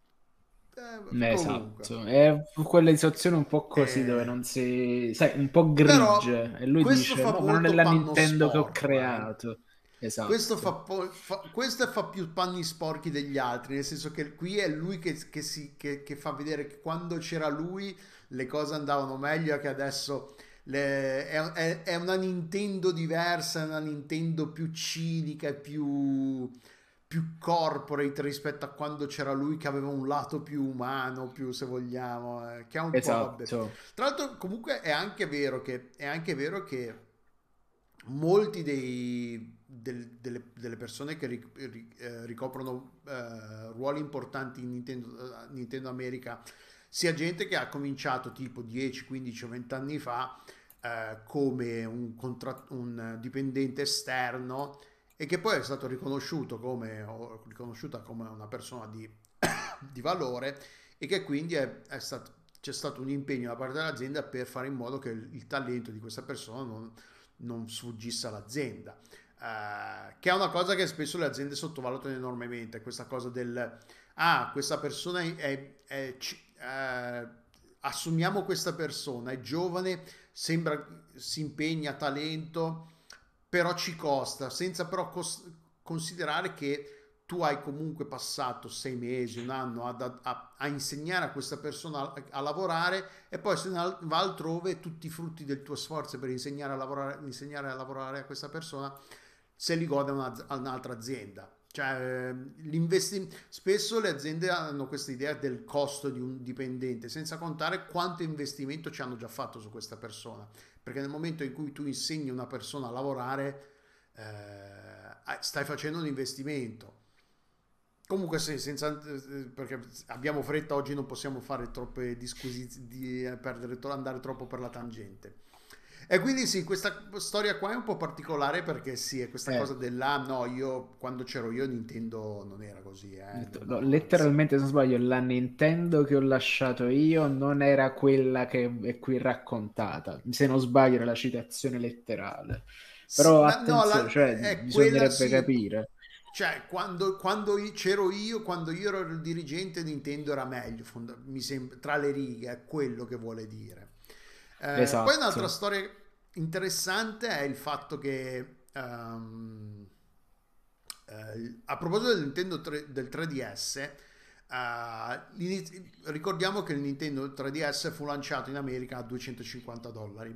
Eh, comunque. Esatto, è quella situazione un po' così dove Eh, non si, sai, un po' però grigia e lui questo dice fa no, ma non è molto la panno Nintendo che ho sporco, eh. creato. Questo fa, Esatto, po- fa- questo fa più panni sporchi degli altri, nel senso che qui è lui che, che si, che, che fa vedere che quando c'era lui le cose andavano meglio e che adesso le- è, è- è una Nintendo diversa, è una Nintendo più cinica e più, più corporate rispetto a quando c'era lui che aveva un lato più umano, più se vogliamo, eh, che ha un po' vabbè. esatto. Tra l'altro comunque è anche vero che, è anche vero che molti dei, del- delle, delle persone che ri- ri- eh, ricoprono eh, ruoli importanti in Nintendo, eh, Nintendo America, sia gente che ha cominciato tipo dieci, quindici o venti anni fa eh, come un, contra- un dipendente esterno e che poi è stato riconosciuto come, o riconosciuta come una persona di, di valore e che quindi è, è stato, c'è stato un impegno da parte dell'azienda per fare in modo che il, il talento di questa persona non non sfuggisse all'azienda, eh, che è una cosa che spesso le aziende sottovalutano enormemente, questa cosa del ah, questa persona è, è- è- ci- eh, assumiamo questa persona, è giovane, sembra si impegna, talento, però ci costa, senza però cos- considerare che tu hai comunque passato sei mesi, un anno ad- a, a insegnare a questa persona a, a lavorare e poi se ne va altrove tutti i frutti del tuo sforzo per insegnare a lavorare, insegnare a lavorare a questa persona se li gode una- un'altra azienda. Cioè, l'investi- spesso le aziende hanno questa idea del costo di un dipendente, senza contare quanto investimento ci hanno già fatto su questa persona. Perché nel momento in cui tu insegni una persona a lavorare, eh, stai facendo un investimento. Comunque sì, senza, eh, perché abbiamo fretta oggi, non possiamo fare troppe disquisizioni, di eh, perdere, tro- andare troppo per la tangente. E quindi sì, questa storia qua è un po' particolare perché sì, è questa Eh, cosa della no, io quando c'ero io Nintendo non era così, eh, detto- no, no, anzi. letteralmente, se non sbaglio, la Nintendo che ho lasciato io non era quella che è qui raccontata. Se non sbaglio, era la citazione letterale. Sì, Però ma no, attenzione, la- cioè, è quella bisognerebbe sì, capire. cioè, quando, quando io- c'ero io, quando io ero il dirigente, Nintendo era meglio, fonda- mi sembra, tra le righe, è quello che vuole dire. Eh, poi un'altra Esatto. storia interessante è il fatto che, ehm, eh, a proposito del Nintendo tre- del tre D S, eh, l'iniz- ricordiamo che il Nintendo tre D S fu lanciato in America a duecentocinquanta dollari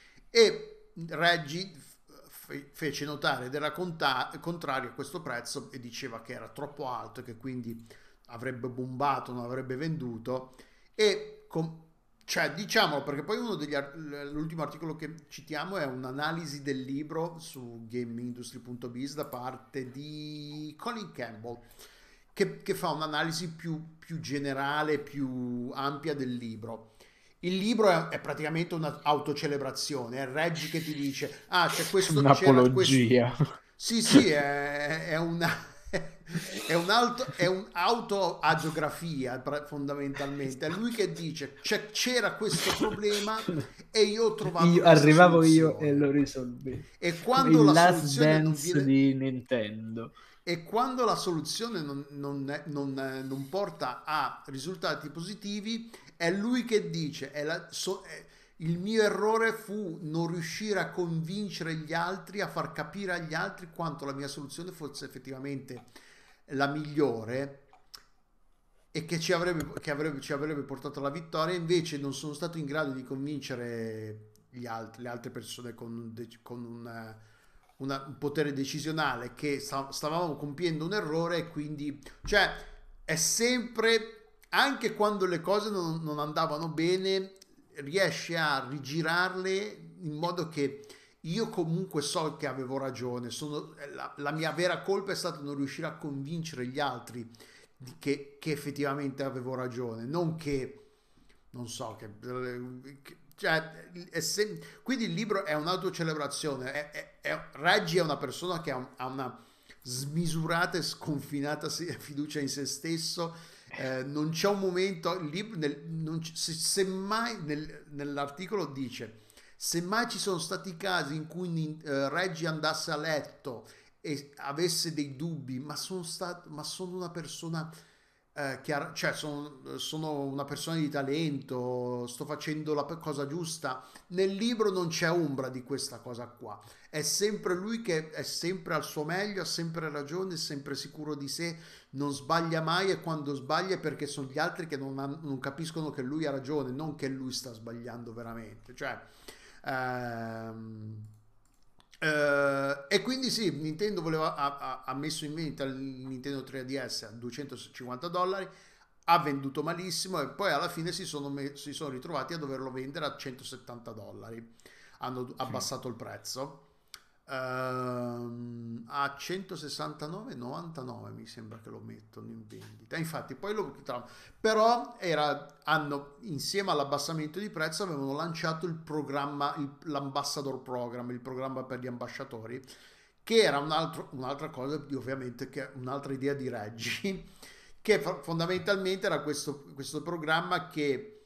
e Reggie fe- fece notare ed era conta- contrario a questo prezzo e diceva che era troppo alto e che quindi avrebbe bombato, non avrebbe venduto e com- cioè diciamo perché poi uno degli ar- l'ultimo articolo che citiamo è un'analisi del libro su gamingindustry punto biz da parte di Colin Campbell che, che fa un'analisi più, più generale, più ampia del libro. Il libro è, è praticamente un'autocelebrazione, è Reggie che ti dice, ah, c'è questo, c'era questo. Un'apologia. Sì, sì, è, è una, è un'auto, è un'autoagiografia pra- fondamentalmente. È lui che dice, c'è- c'era questo problema e io ho trovato Io, questa arrivavo io e soluzione. lo risolvevo. E Come quando il la Last soluzione non Dance viene, di Nintendo. e quando la soluzione non, non è- non, eh, non porta a risultati positivi, è lui che dice, è la- so- è- il mio errore fu non riuscire a convincere gli altri, a far capire agli altri quanto la mia soluzione fosse effettivamente la migliore e che ci avrebbe, che avrebbe- ci avrebbe portato alla vittoria, invece non sono stato in grado di convincere gli altri, le altre persone con, un dec- con un, eh, una- un potere decisionale che sta- stavamo compiendo un errore e quindi, cioè, è sempre, anche quando le cose non, non andavano bene, riesce a rigirarle in modo che io comunque so che avevo ragione, sono, la, la mia vera colpa è stata non riuscire a convincere gli altri di- che, che effettivamente avevo ragione, non che, non so, che, che- cioè, è sem- quindi il libro è un'autocelebrazione, è, è, è- Reggie è una persona che ha, un- ha una smisurata e sconfinata se- fiducia in se stesso, eh, non c'è un momento, il libro, nel- non c- se, semmai nel- nell'articolo dice, semmai ci sono stati casi in cui eh, Reggie andasse a letto e avesse dei dubbi, ma sono stato, ma sono una persona eh, che ha- cioè sono, sono una persona di talento, sto facendo la pe- cosa giusta. Nel libro non c'è ombra di questa cosa qua. È sempre lui che è sempre al suo meglio, ha sempre ragione, è sempre sicuro di sé, non sbaglia mai e quando sbaglia è perché sono gli altri che non, han- non capiscono che lui ha ragione, non che lui sta sbagliando veramente. Cioè, ehm, eh, e quindi sì, Nintendo voleva, ha, ha- ha messo in vendita il Nintendo tre D S a duecentocinquanta dollari, ha venduto malissimo e poi alla fine si sono, me- si sono ritrovati a doverlo vendere a centosettanta dollari. Hanno abbassato il prezzo. Ehm, a centosessantanove virgola novantanove mi sembra che lo mettono in vendita. Infatti, poi lo però era, hanno insieme all'abbassamento di prezzo avevano lanciato il programma, il- l'Ambassador Program, il programma per gli ambasciatori, che era un altro- un'altra cosa, di- ovviamente, che un'altra idea di Reggie, che fa- fondamentalmente era questo, questo programma che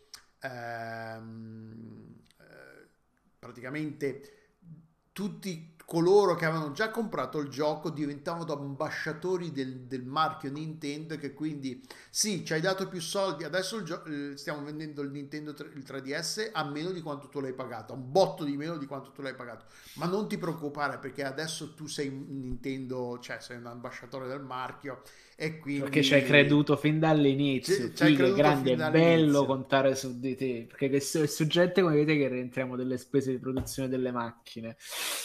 ehm, eh, praticamente tutti coloro che avevano già comprato il gioco diventavano ambasciatori del, del marchio Nintendo, che quindi sì, ci hai dato più soldi, adesso il gio- eh, stiamo vendendo il Nintendo tre- il tre D S a meno di quanto tu l'hai pagato, a un botto di meno di quanto tu l'hai pagato, ma non ti preoccupare perché adesso tu sei un Nintendo, cioè sei un ambasciatore del marchio e Perché ci hai quindi creduto fin dall'inizio, ci ci hai figa, creduto grandi, fin è bello dall'inizio. contare su di te, perché che su, su gente come vede che rientriamo delle spese di produzione delle macchine.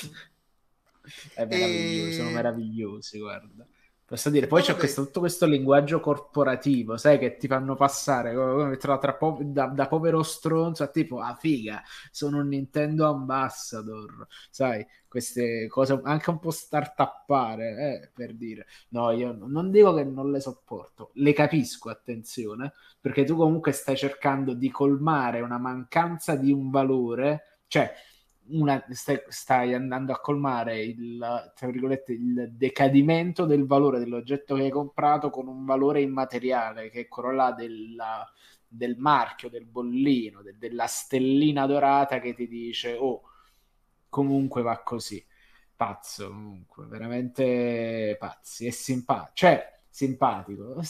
È meraviglioso, sono E, meravigliosi, guarda. Posso dire, e poi poi c'è vabbè, questo, tutto questo linguaggio corporativo, sai, che ti fanno passare come tra, tra po- da, da povero stronzo a tipo, ah figa, sono un Nintendo Ambassador, sai, queste cose anche un po' startuppare, eh, per dire. No, io no- non dico che non le sopporto, le capisco, attenzione, perché tu comunque stai cercando di colmare una mancanza di un valore, cioè una, stai, stai andando a colmare il, tra virgolette, il decadimento del valore dell'oggetto che hai comprato con un valore immateriale, che è quello là della, del marchio, del bollino, de- della stellina dorata che ti dice, oh, comunque va così. pazzo comunque, veramente pazzi, è simpatico, cioè simpatico.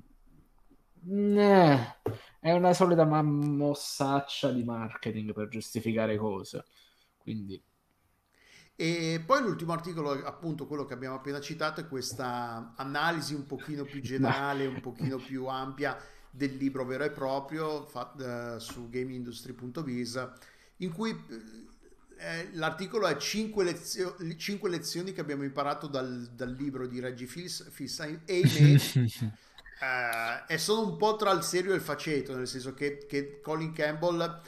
Eh, è una solita ma- mossaccia di marketing per giustificare cose, quindi E poi l'ultimo articolo, appunto quello che abbiamo appena citato, è questa analisi un pochino più ma generale, un pochino più ampia del libro vero e proprio fa- eh, su gamingindustry punto biz, in cui eh, l'articolo è cinque lezioni che abbiamo imparato dal, dal libro di Reggie Fils, Fils Aimé, eh, e sono un po' tra il serio e il faceto, nel senso che, che Colin Campbell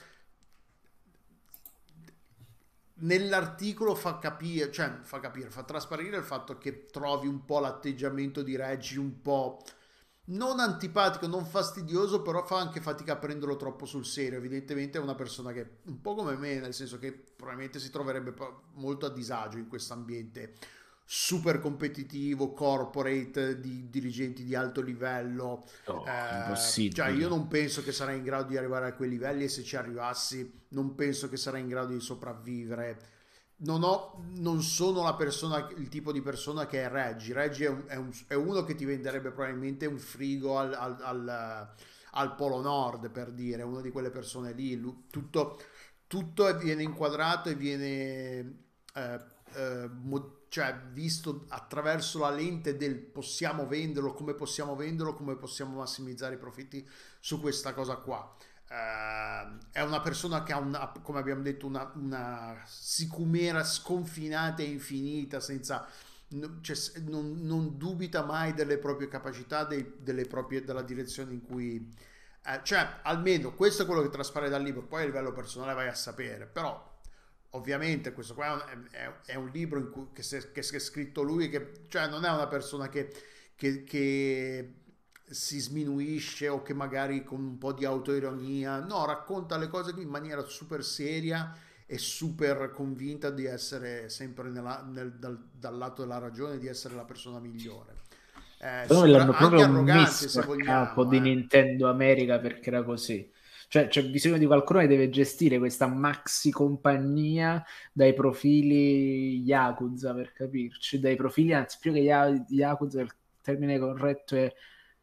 nell'articolo fa capire, cioè fa capire, fa trasparire il fatto che trovi un po' l'atteggiamento di Reggie un po' non antipatico, non fastidioso, però fa anche fatica a prenderlo troppo sul serio. Evidentemente è una persona che un po' come me, nel senso che probabilmente si troverebbe molto a disagio in questo ambiente super competitivo, corporate, di dirigenti di alto livello. no, Eh, cioè io impossibile. non penso che sarà in grado di arrivare a quei livelli, e se ci arrivassi non penso che sarà in grado di sopravvivere. Non, ho, non sono la persona, il tipo di persona che è Reggie. Reggie è, un- è un- è uno che ti venderebbe probabilmente un frigo al, al- al- al Polo Nord, per dire, una di quelle persone lì. Lu- Tutto, tutto viene inquadrato e viene eh, eh, mo- cioè, visto attraverso la lente del possiamo venderlo, come possiamo venderlo, come possiamo massimizzare i profitti su questa cosa qua. Eh, è una persona che ha una, come abbiamo detto, una, una sicumera sconfinata e infinita, senza, no- cioè, s- non, non dubita mai delle proprie capacità, dei- delle proprie, della direzione in cui, eh, cioè, almeno questo è quello che traspare dal libro. Poi a livello personale vai a sapere, però ovviamente questo qua è un, è- è un libro in cui, che, si è, che si è scritto lui, che cioè non è una persona che, che- che si sminuisce o che magari con un po' di autoironia, no, racconta le cose in maniera super seria e super convinta di essere sempre nella- nel- dal, dal lato della ragione, di essere la persona migliore. Eh, Secondo me super, l'hanno anche proprio arrogante messo se a capo vogliamo, di eh. Nintendo America perché era così. Cioè, c'è bisogno di qualcuno che deve gestire questa maxi compagnia dai profili Yakuza, per capirci, dai profili, anzi più che Ya- Yakuza, il termine corretto è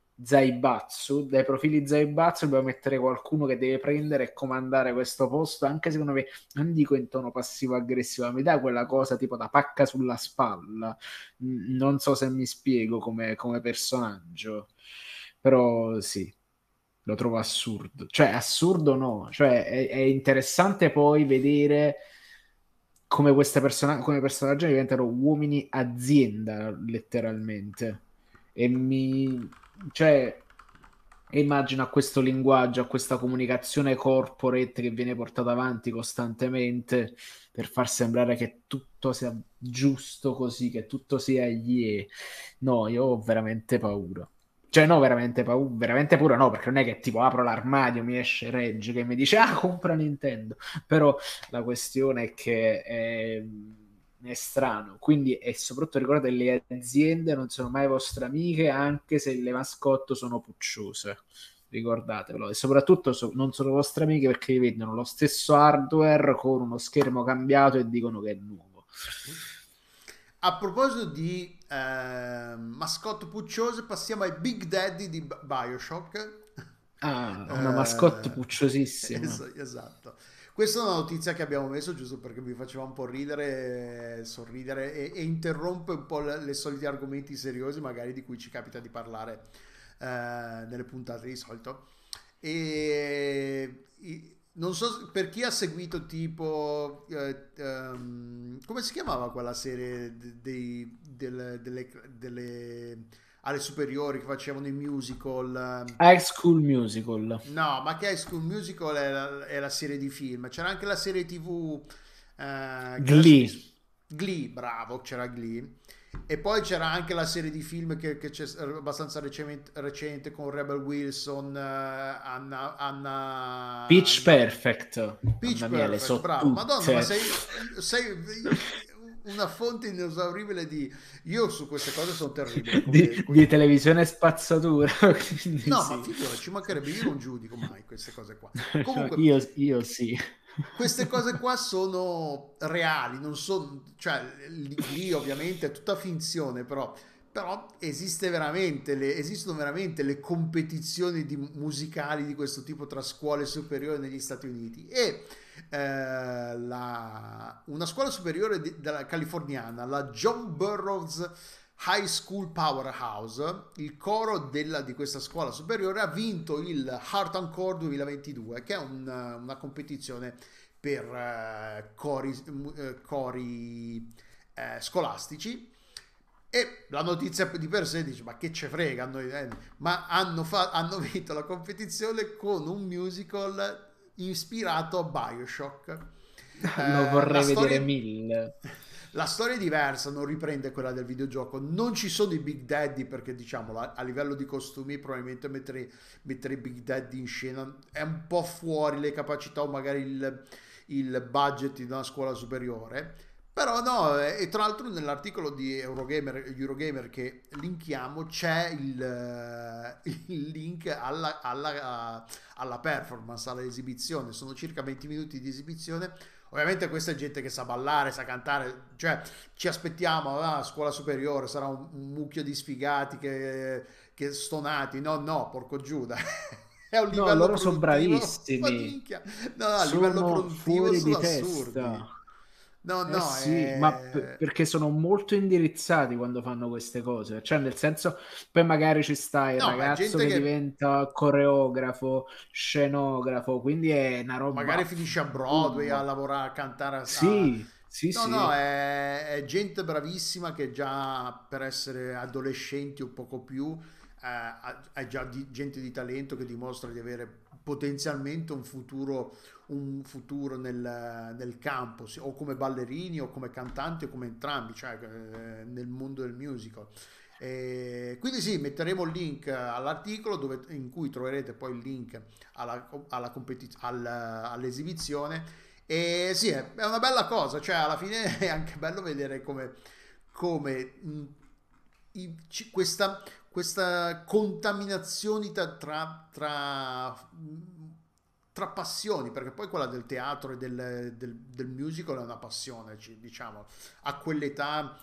Zaibatsu, dai profili Zaibatsu dobbiamo mettere qualcuno che deve prendere e comandare questo posto, anche secondo me, non dico in tono passivo-aggressivo, ma mi dà quella cosa tipo da pacca sulla spalla. Mm, non so se mi spiego come, come personaggio, però sì, lo trovo assurdo. Cioè, assurdo no, cioè è, è interessante poi vedere come queste persone, come personaggi diventano uomini azienda, letteralmente. E mi, cioè, immagino a questo linguaggio, a questa comunicazione corporate che viene portata avanti costantemente per far sembrare che tutto sia giusto così, che tutto sia yeah. No, io ho veramente paura. Cioè, no, veramente paura, veramente pure no, perché non è che tipo apro l'armadio, mi esce Reggie che mi dice ah, compra Nintendo. Però la questione è che è, è strano. Quindi, e soprattutto ricordate, le aziende non sono mai vostre amiche, anche se le mascotte sono pucciose. Ricordatevelo. E soprattutto so- non sono vostre amiche perché vendono lo stesso hardware con uno schermo cambiato e dicono che è nuovo. A proposito di eh, mascotte pucciose, passiamo ai Big Daddy di Bi- BioShock. Ah, una mascotte Eh, pucciosissima. es- esatto. Questa è una notizia che abbiamo messo giusto perché mi faceva un po' ridere, eh, sorridere e, e interrompe un po' le, le soliti argomenti seriosi, magari di cui ci capita di parlare eh, nelle puntate di solito. E i- non so per chi ha seguito tipo eh, ehm, come si chiamava quella serie de- dei, delle, delle, delle- alle superiori che facevano i musical, ehm, High School Musical. no, ma che High School Musical è la, è la serie di film. C'era anche la serie T V eh, che adesso mi... Glee. s- Glee, bravo, c'era Glee. E poi c'era anche la serie di film che, che c'è abbastanza recente, recente con Rebel Wilson, eh, Anna, Anna, Pitch Anna- Perfect. Pitch Mamma mia, le Perfect, so bravo. Madonna, ma tutte. sei, sei una fonte inesauribile di... Io su queste cose sono terribile. Come, Di, come- di televisione spazzatura. Quindi No, ma sì. figura, ci mancherebbe, io non giudico mai queste cose qua. Comunque, Io, io sì. queste cose qua sono reali, non sono, cioè lì, lì ovviamente è tutta finzione, però, però esiste veramente le, esistono veramente le competizioni di musicali di questo tipo tra scuole superiori negli Stati Uniti e eh, la- una scuola superiore di- della californiana, la John Burroughs High School Powerhouse, il coro della- di questa scuola superiore ha vinto il Heart Encore duemilaventidue, che è un- una competizione per eh, cori, mu- eh, cori, eh, scolastici. E la notizia di per sé dice: ma che ce frega a noi, eh? Ma hanno, fa- hanno vinto la competizione con un musical ispirato a Bioshock. Lo Eh, la vorrei vedere storia mille. la storia è diversa, non riprende quella del videogioco. Non ci sono i Big Daddy perché, diciamo, a, a livello di costumi, probabilmente mettere, mettere i Big Daddy in scena è un po' fuori le capacità o magari il, il budget di una scuola superiore. Però no, e e tra l'altro nell'articolo di Eurogamer, Eurogamer che linkiamo c'è il, eh, il link alla, alla, alla performance, all'esibizione. Sono circa venti minuti di esibizione. Ovviamente questa è gente che sa ballare, sa cantare, cioè ci aspettiamo, ah, scuola superiore, sarà un, un mucchio di sfigati che, che stonati. No, no, porco Giuda. È un No, livello loro sono produttivo, ma bravissimi, minchia. No, no, a livello sono produttivo fuori sono di assurdi. testa. No, Eh no, sì, ma p- è... perché sono molto indirizzati quando fanno queste cose, cioè nel senso, poi magari ci sta il No, ma è ragazzo gente che che diventa coreografo, scenografo, quindi è una magari roba finisce a Broadway a boom. lavorare, a cantare a... a- Sì, sì, No, no, sì. è, è gente bravissima che già per essere adolescenti o poco più eh, ha- è già di- gente di talento che dimostra di avere potenzialmente un futuro, un futuro nel, nel campo, sì, o come ballerini o come cantanti o come entrambi, cioè eh, nel mondo del musical. E quindi sì, metteremo il link all'articolo dove- in cui troverete poi il link alla, alla competiz- al- all'esibizione. E sì, è, è una bella cosa, cioè alla fine è anche bello vedere come, come mh, i- ci- questa, questa contaminazione tra, tra, tra, mh, tra passioni, perché poi quella del teatro e del, del, del musical è una passione, ci- diciamo, a quell'età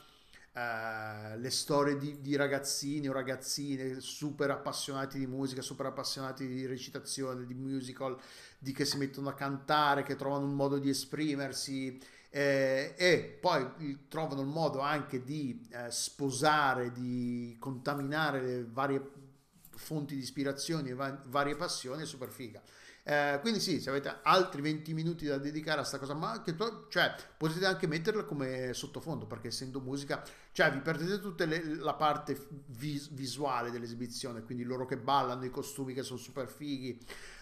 eh, le storie di, di ragazzini o ragazzine super appassionati di musica, super appassionati di recitazione, di musical, di che si mettono a cantare, che trovano un modo di esprimersi eh, e poi il- trovano il modo anche di eh, sposare, di contaminare le varie fonti di ispirazione e va- varie passioni, è super figa. Eh, quindi sì, se avete altri venti minuti da dedicare a sta cosa, ma che to- cioè, potete anche metterla come sottofondo, perché essendo musica, cioè vi perdete tutta le- la parte vis- visuale dell'esibizione, quindi loro che ballano, i costumi che sono super fighi,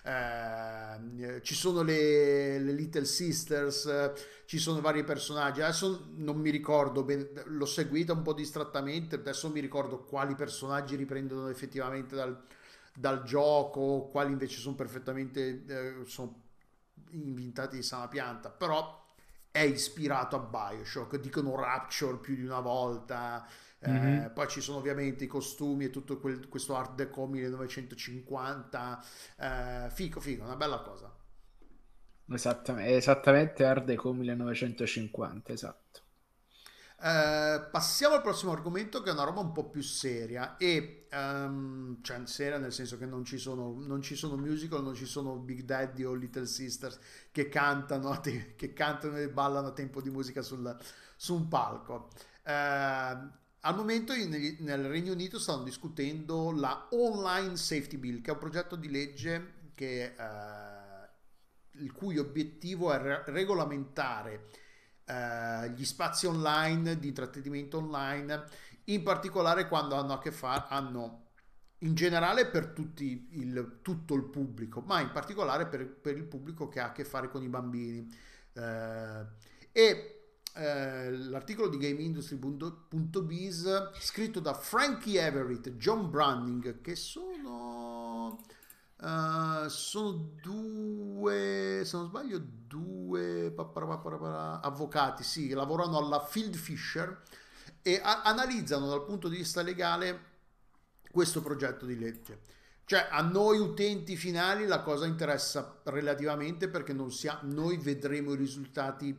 eh, ci sono le, le Little Sisters, eh, ci sono vari personaggi, adesso non mi ricordo bene, l'ho seguita un po' distrattamente, adesso non mi ricordo quali personaggi riprendono effettivamente dal, dal gioco, quali invece sono perfettamente eh, sono inventati di sana pianta, però è ispirato a Bioshock, dicono Rapture più di una volta, eh, Mhm. poi ci sono ovviamente i costumi e tutto quel- questo Art Deco millenovecentocinquanta, eh, figo, figo, una bella cosa. Esattamente, esattamente Art Deco millenovecentocinquanta, esatto. Eh, passiamo al prossimo argomento che è una roba un po' più seria e ehm, cioè seria nel senso che non ci sono, non ci sono musical, non ci sono Big Daddy o Little Sisters che cantano, a te- che cantano e ballano a tempo di musica sul- su un palco. Eh, al momento in- nel Regno Unito stanno discutendo la Online Safety Bill, che è un progetto di legge che, eh, il cui obiettivo è re- regolamentare eh, gli spazi online di intrattenimento online, in particolare quando hanno a che fare, hanno in generale per tutti il, tutto il pubblico, ma in particolare per, per il pubblico che ha a che fare con i bambini. Eh, e eh, l'articolo di GameIndustry.biz scritto da Frankie Everett e John Browning, che sono Uh, sono due, se non sbaglio, due pa- pa- pa- pa- pa- avvocati, sì, che lavorano alla Field Fisher e a- analizzano dal punto di vista legale questo progetto di legge. Cioè, a noi utenti finali la cosa interessa relativamente perché non sia- noi vedremo i risultati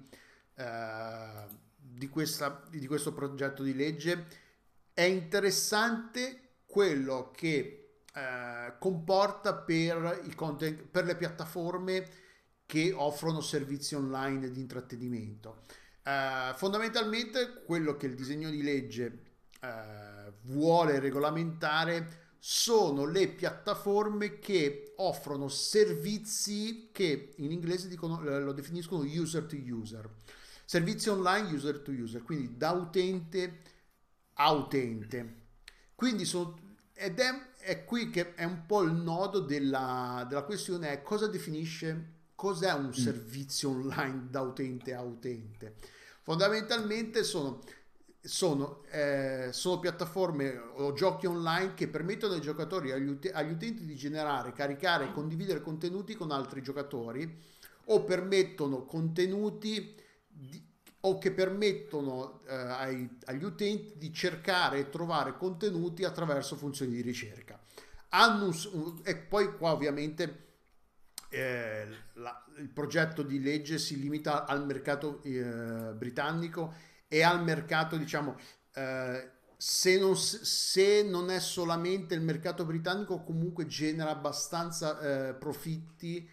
eh, di questa- di questo progetto di legge. È interessante quello che eh, comporta per i content, per le piattaforme che offrono servizi online di intrattenimento. Eh, fondamentalmente quello che il disegno di legge eh, vuole regolamentare sono le piattaforme che offrono servizi che in inglese dicono, eh, lo definiscono user to user, servizi online user to user, quindi da utente a utente. Quindi sono, ed è, è qui che è un po' il nodo della, della questione, è cosa definisce, cos'è un Mm. servizio online da utente a utente. Fondamentalmente sono sono, eh, sono piattaforme o giochi online che permettono ai giocatori, agli, ut- agli utenti di generare, caricare e condividere contenuti con altri giocatori o permettono contenuti di- o che permettono eh, ai- agli utenti di cercare e trovare contenuti attraverso funzioni di ricerca. Hanno un s- un- e poi qua ovviamente eh, la- il progetto di legge si limita al mercato eh, britannico e al mercato, diciamo, eh, se non, se non è solamente il mercato britannico, comunque genera abbastanza eh, profitti,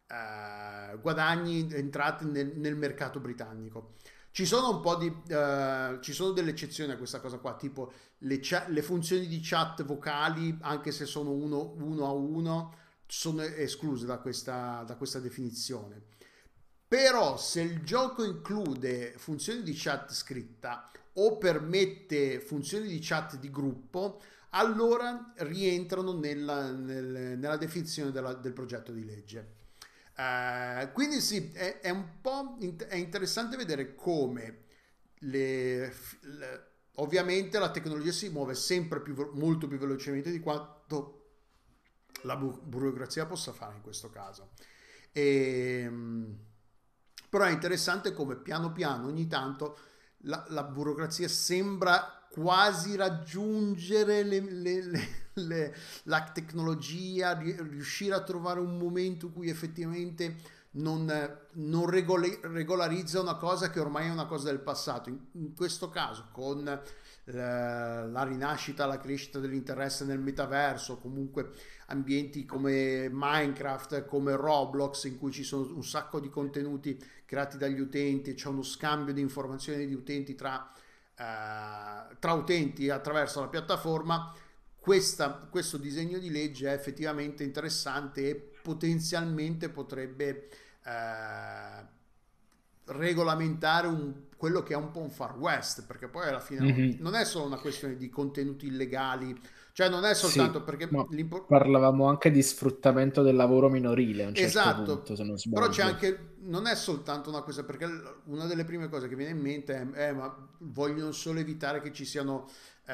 eh, guadagni, entrate nel, nel mercato britannico. Ci sono un po' di, eh, ci sono delle eccezioni a questa cosa qua, tipo le, cha- le funzioni di chat vocali, anche se sono uno, uno a uno, sono escluse da questa, da questa definizione. Però se il gioco include funzioni di chat scritta o permette funzioni di chat di gruppo, allora rientrano nella, nel- nella definizione della- del progetto di legge. Eh, quindi sì, è, è un po' int- è interessante vedere come le, le- ovviamente la tecnologia si muove sempre più, ve- molto più velocemente di quanto la bu- burocrazia possa fare in questo caso. E, mh, però è interessante come piano piano ogni tanto la, la burocrazia sembra quasi raggiungere le- le- le- le- la tecnologia, ri- riuscire a trovare un momento in cui effettivamente non, non regole- regolarizza una cosa che ormai è una cosa del passato. In, in questo caso, con eh, la rinascita, la crescita dell'interesse nel metaverso, comunque ambienti come Minecraft, come Roblox, in cui ci sono un sacco di contenuti creati dagli utenti, c'è uno scambio di informazioni di utenti tra, eh, tra utenti attraverso la piattaforma. Questa, questo disegno di legge è effettivamente interessante e potenzialmente potrebbe eh, regolamentare un- quello che è un po' un far west, perché poi alla fine non, Mhm. non è solo una questione di contenuti illegali, cioè non è Sì, soltanto perché ma l'importante. parlavamo anche di sfruttamento del lavoro minorile a un certo punto, Esatto, se non però c'è sbaglio. anche, non è soltanto una cosa, perché l- una delle prime cose che viene in mente è, eh, ma vogliono solo evitare che ci siano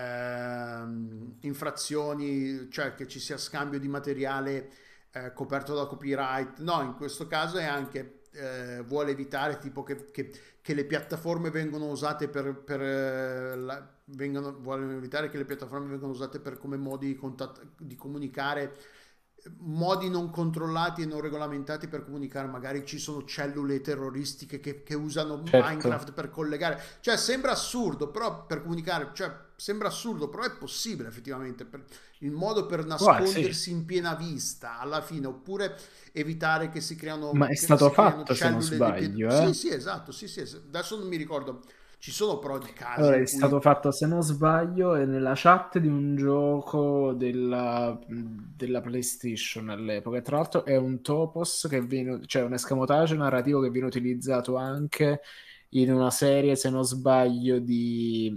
ehm, infrazioni, cioè che ci sia scambio di materiale eh, coperto da copyright. No, in questo caso è anche, eh, vuole evitare tipo che, che- che le piattaforme vengono usate per, per eh, la- vengono, vuole evitare che le piattaforme vengano usate per come modi di, contat- di comunicare, modi non controllati e non regolamentati per comunicare. Magari ci sono cellule terroristiche che, che usano Certo. Minecraft per collegare, cioè sembra assurdo però per comunicare, cioè sembra assurdo però è possibile effettivamente, per, il modo per Guarda, sì, nascondersi in piena vista alla fine, oppure evitare che si ma creano, è che stato si creano fatto se non cellule di piena. sbaglio, Sì, eh. sì, esatto, sì, sì, adesso non mi ricordo, ci sono però di casi Allora, in è stato cui. fatto, se non sbaglio, è nella chat di un gioco della, della PlayStation all'epoca. Tra l'altro è un topos che viene, cioè un escamotage narrativo che viene utilizzato anche in una serie, se non sbaglio, di,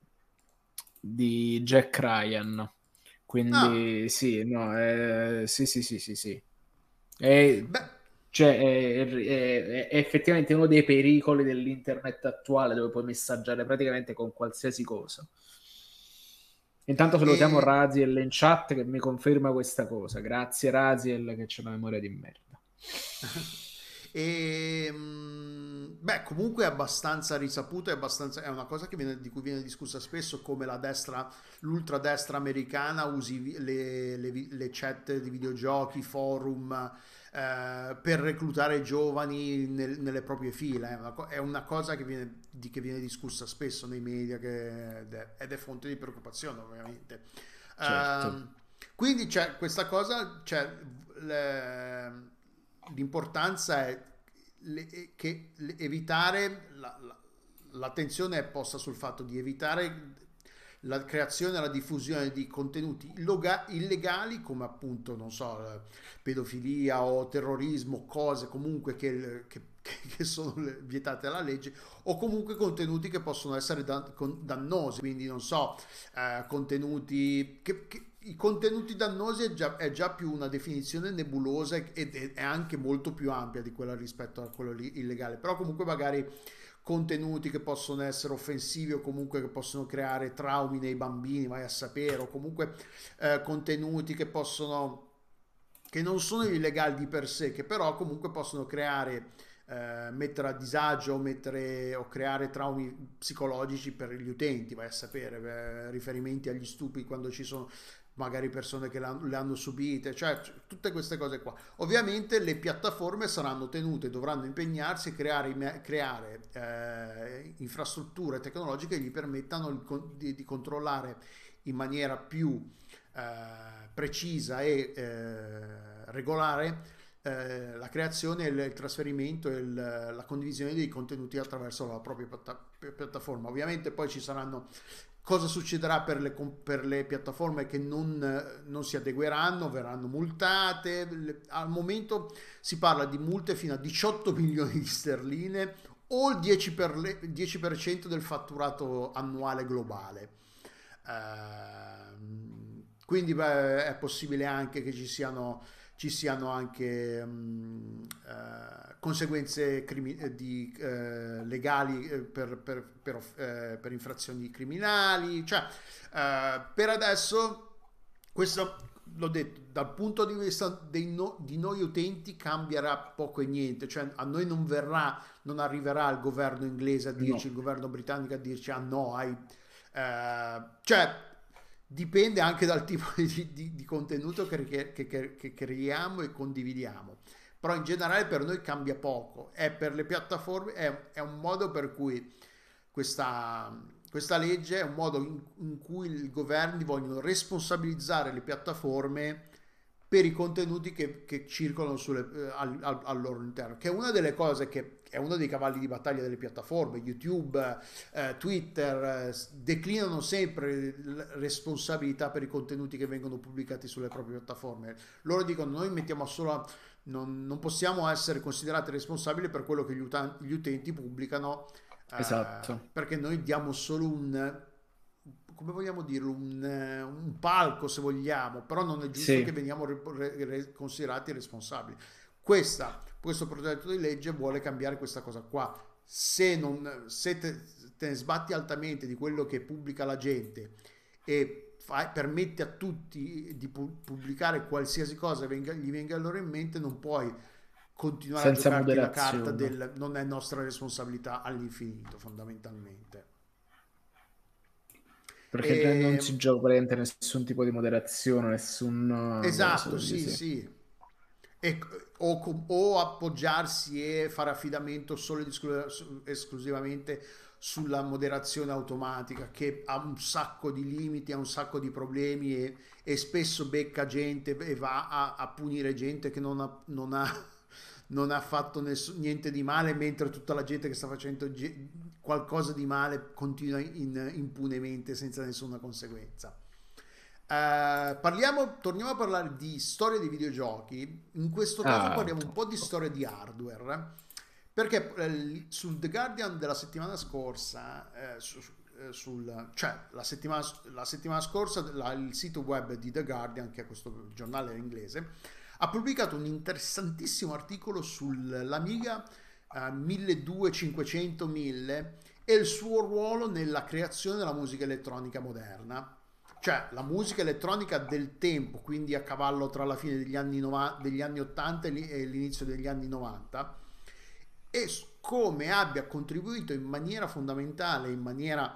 di Jack Ryan. Ah, Quindi sì, no, eh, sì, sì, sì, sì, sì. È, beh. cioè, è, è- è effettivamente uno dei pericoli dell'internet attuale dove puoi messaggiare praticamente con qualsiasi cosa. Intanto salutiamo E Raziel in chat che mi conferma questa cosa. Grazie Raziel che c'è una memoria di merda. E mh, beh, comunque è abbastanza risaputo, è abbastanza, è una cosa che viene- di cui viene discussa spesso, come la destra, l'ultradestra americana usi vi- le, le vi- le chat di videogiochi, forum, eh, per reclutare giovani nel- nelle proprie fila. È una, co- è una cosa che viene, di, che viene discussa spesso nei media, che- ed è, ed è fonte di preoccupazione, ovviamente. Certo. Ehm, quindi c'è questa cosa, c'è le- l'importanza è le- che le- evitare la- la- l'attenzione è posta sul fatto di evitare la creazione e la diffusione di contenuti illoga- illegali, come appunto, non so, eh, pedofilia o terrorismo, cose comunque che, che- che sono le- vietate dalla legge, o comunque contenuti che possono essere dan- con- dannosi, quindi non so, eh, contenuti che, che- i contenuti dannosi è già, è già più una definizione nebulosa ed è, è anche molto più ampia di quella rispetto a quello lì illegale, però comunque magari contenuti che possono essere offensivi o comunque che possono creare traumi nei bambini, vai a sapere, o comunque eh, contenuti che possono che non sono illegali di per sé, che però comunque possono creare, eh, mettere a disagio, mettere o creare traumi psicologici per gli utenti, vai a sapere, eh, riferimenti agli stupri quando ci sono magari persone che l'han- le hanno subite, cioè c- tutte queste cose qua. Ovviamente le piattaforme saranno tenute, dovranno impegnarsi a creare, imme- creare eh, infrastrutture tecnologiche che gli permettano il con- di, di controllare in maniera più eh, precisa e eh, regolare eh, la creazione, il, il trasferimento e il- la condivisione dei contenuti attraverso la propria piatta- piattaforma. Ovviamente poi ci saranno cosa succederà per le, com- per le piattaforme che non, eh, non si adegueranno, verranno multate. Le- al momento si parla di multe fino a diciotto milioni di sterline o il dieci per le- dieci per cento del fatturato annuale globale. Ehm, quindi beh, è possibile anche che ci siano, ci siano anche mm, eh, conseguenze crimi- eh, di, eh, legali eh, per, per- per off- eh, per infrazioni criminali. Cioè, eh, per adesso, questo l'ho detto, dal punto di vista dei no- di noi utenti cambierà poco e niente, cioè a noi non verrà, non arriverà il governo inglese a dirci, No. il governo britannico a dirci, ah no, hai eh, cioè, dipende anche dal tipo di, di- di contenuto che, che- che- che creiamo e condividiamo. Però in generale per noi cambia poco. È per le piattaforme, è, è un modo per cui questa, questa legge è un modo in, in cui i governi vogliono responsabilizzare le piattaforme per i contenuti che, che circolano sulle- eh, al, al- al loro interno, che è una delle cose che è uno dei cavalli di battaglia delle piattaforme. YouTube, eh, Twitter, eh, s- declinano sempre la responsabilità per i contenuti che vengono pubblicati sulle proprie piattaforme. Loro dicono: noi mettiamo solo a- non, non possiamo essere considerati responsabili per quello che gli, utan- gli utenti pubblicano, eh, Esatto. perché noi diamo solo un, come vogliamo dirlo, un, eh, un palco, se vogliamo, però non è giusto che Sì. veniamo re- re- re- considerati responsabili. Questa, questo progetto di legge vuole cambiare questa cosa qua. Se, non, se te, te ne sbatti altamente di quello che pubblica la gente e fai- permette a tutti di pu- pubblicare qualsiasi cosa venga- gli venga loro in mente, non puoi continuare a Senza giocarti la carta moderazione. del non è nostra responsabilità all'infinito, fondamentalmente. Perché non non E, si gioca praticamente nessun tipo di moderazione, nessun eh, coso, esatto, quindi sì, sì. sì. E- o, com- o appoggiarsi e fare affidamento solo ed esclu- su- esclusivamente sulla moderazione automatica, che ha un sacco di limiti, ha un sacco di problemi, e, e spesso becca gente e va a, a punire gente che non ha, non ha, non ha fatto ness- niente di male, mentre tutta la gente che sta facendo ge- qualcosa di male continua in- impunemente senza nessuna conseguenza. Eh, parliamo, torniamo a parlare di storia dei videogiochi. In questo caso Ah, parliamo un po' di ecco. storia di hardware, perché eh, sul The Guardian della settimana scorsa, eh, su- eh, sul, cioè la settimana, la settimana scorsa, la- il sito web di The Guardian, che è questo giornale inglese, ha pubblicato un interessantissimo articolo sull'Amiga eh, milleduecento, cinquecento, mille e il suo ruolo nella creazione della musica elettronica moderna. Cioè la musica elettronica del tempo, quindi a cavallo tra la fine degli anni, novanta, degli anni ottanta e li- e l'inizio degli anni novanta, e come abbia contribuito in maniera fondamentale, in maniera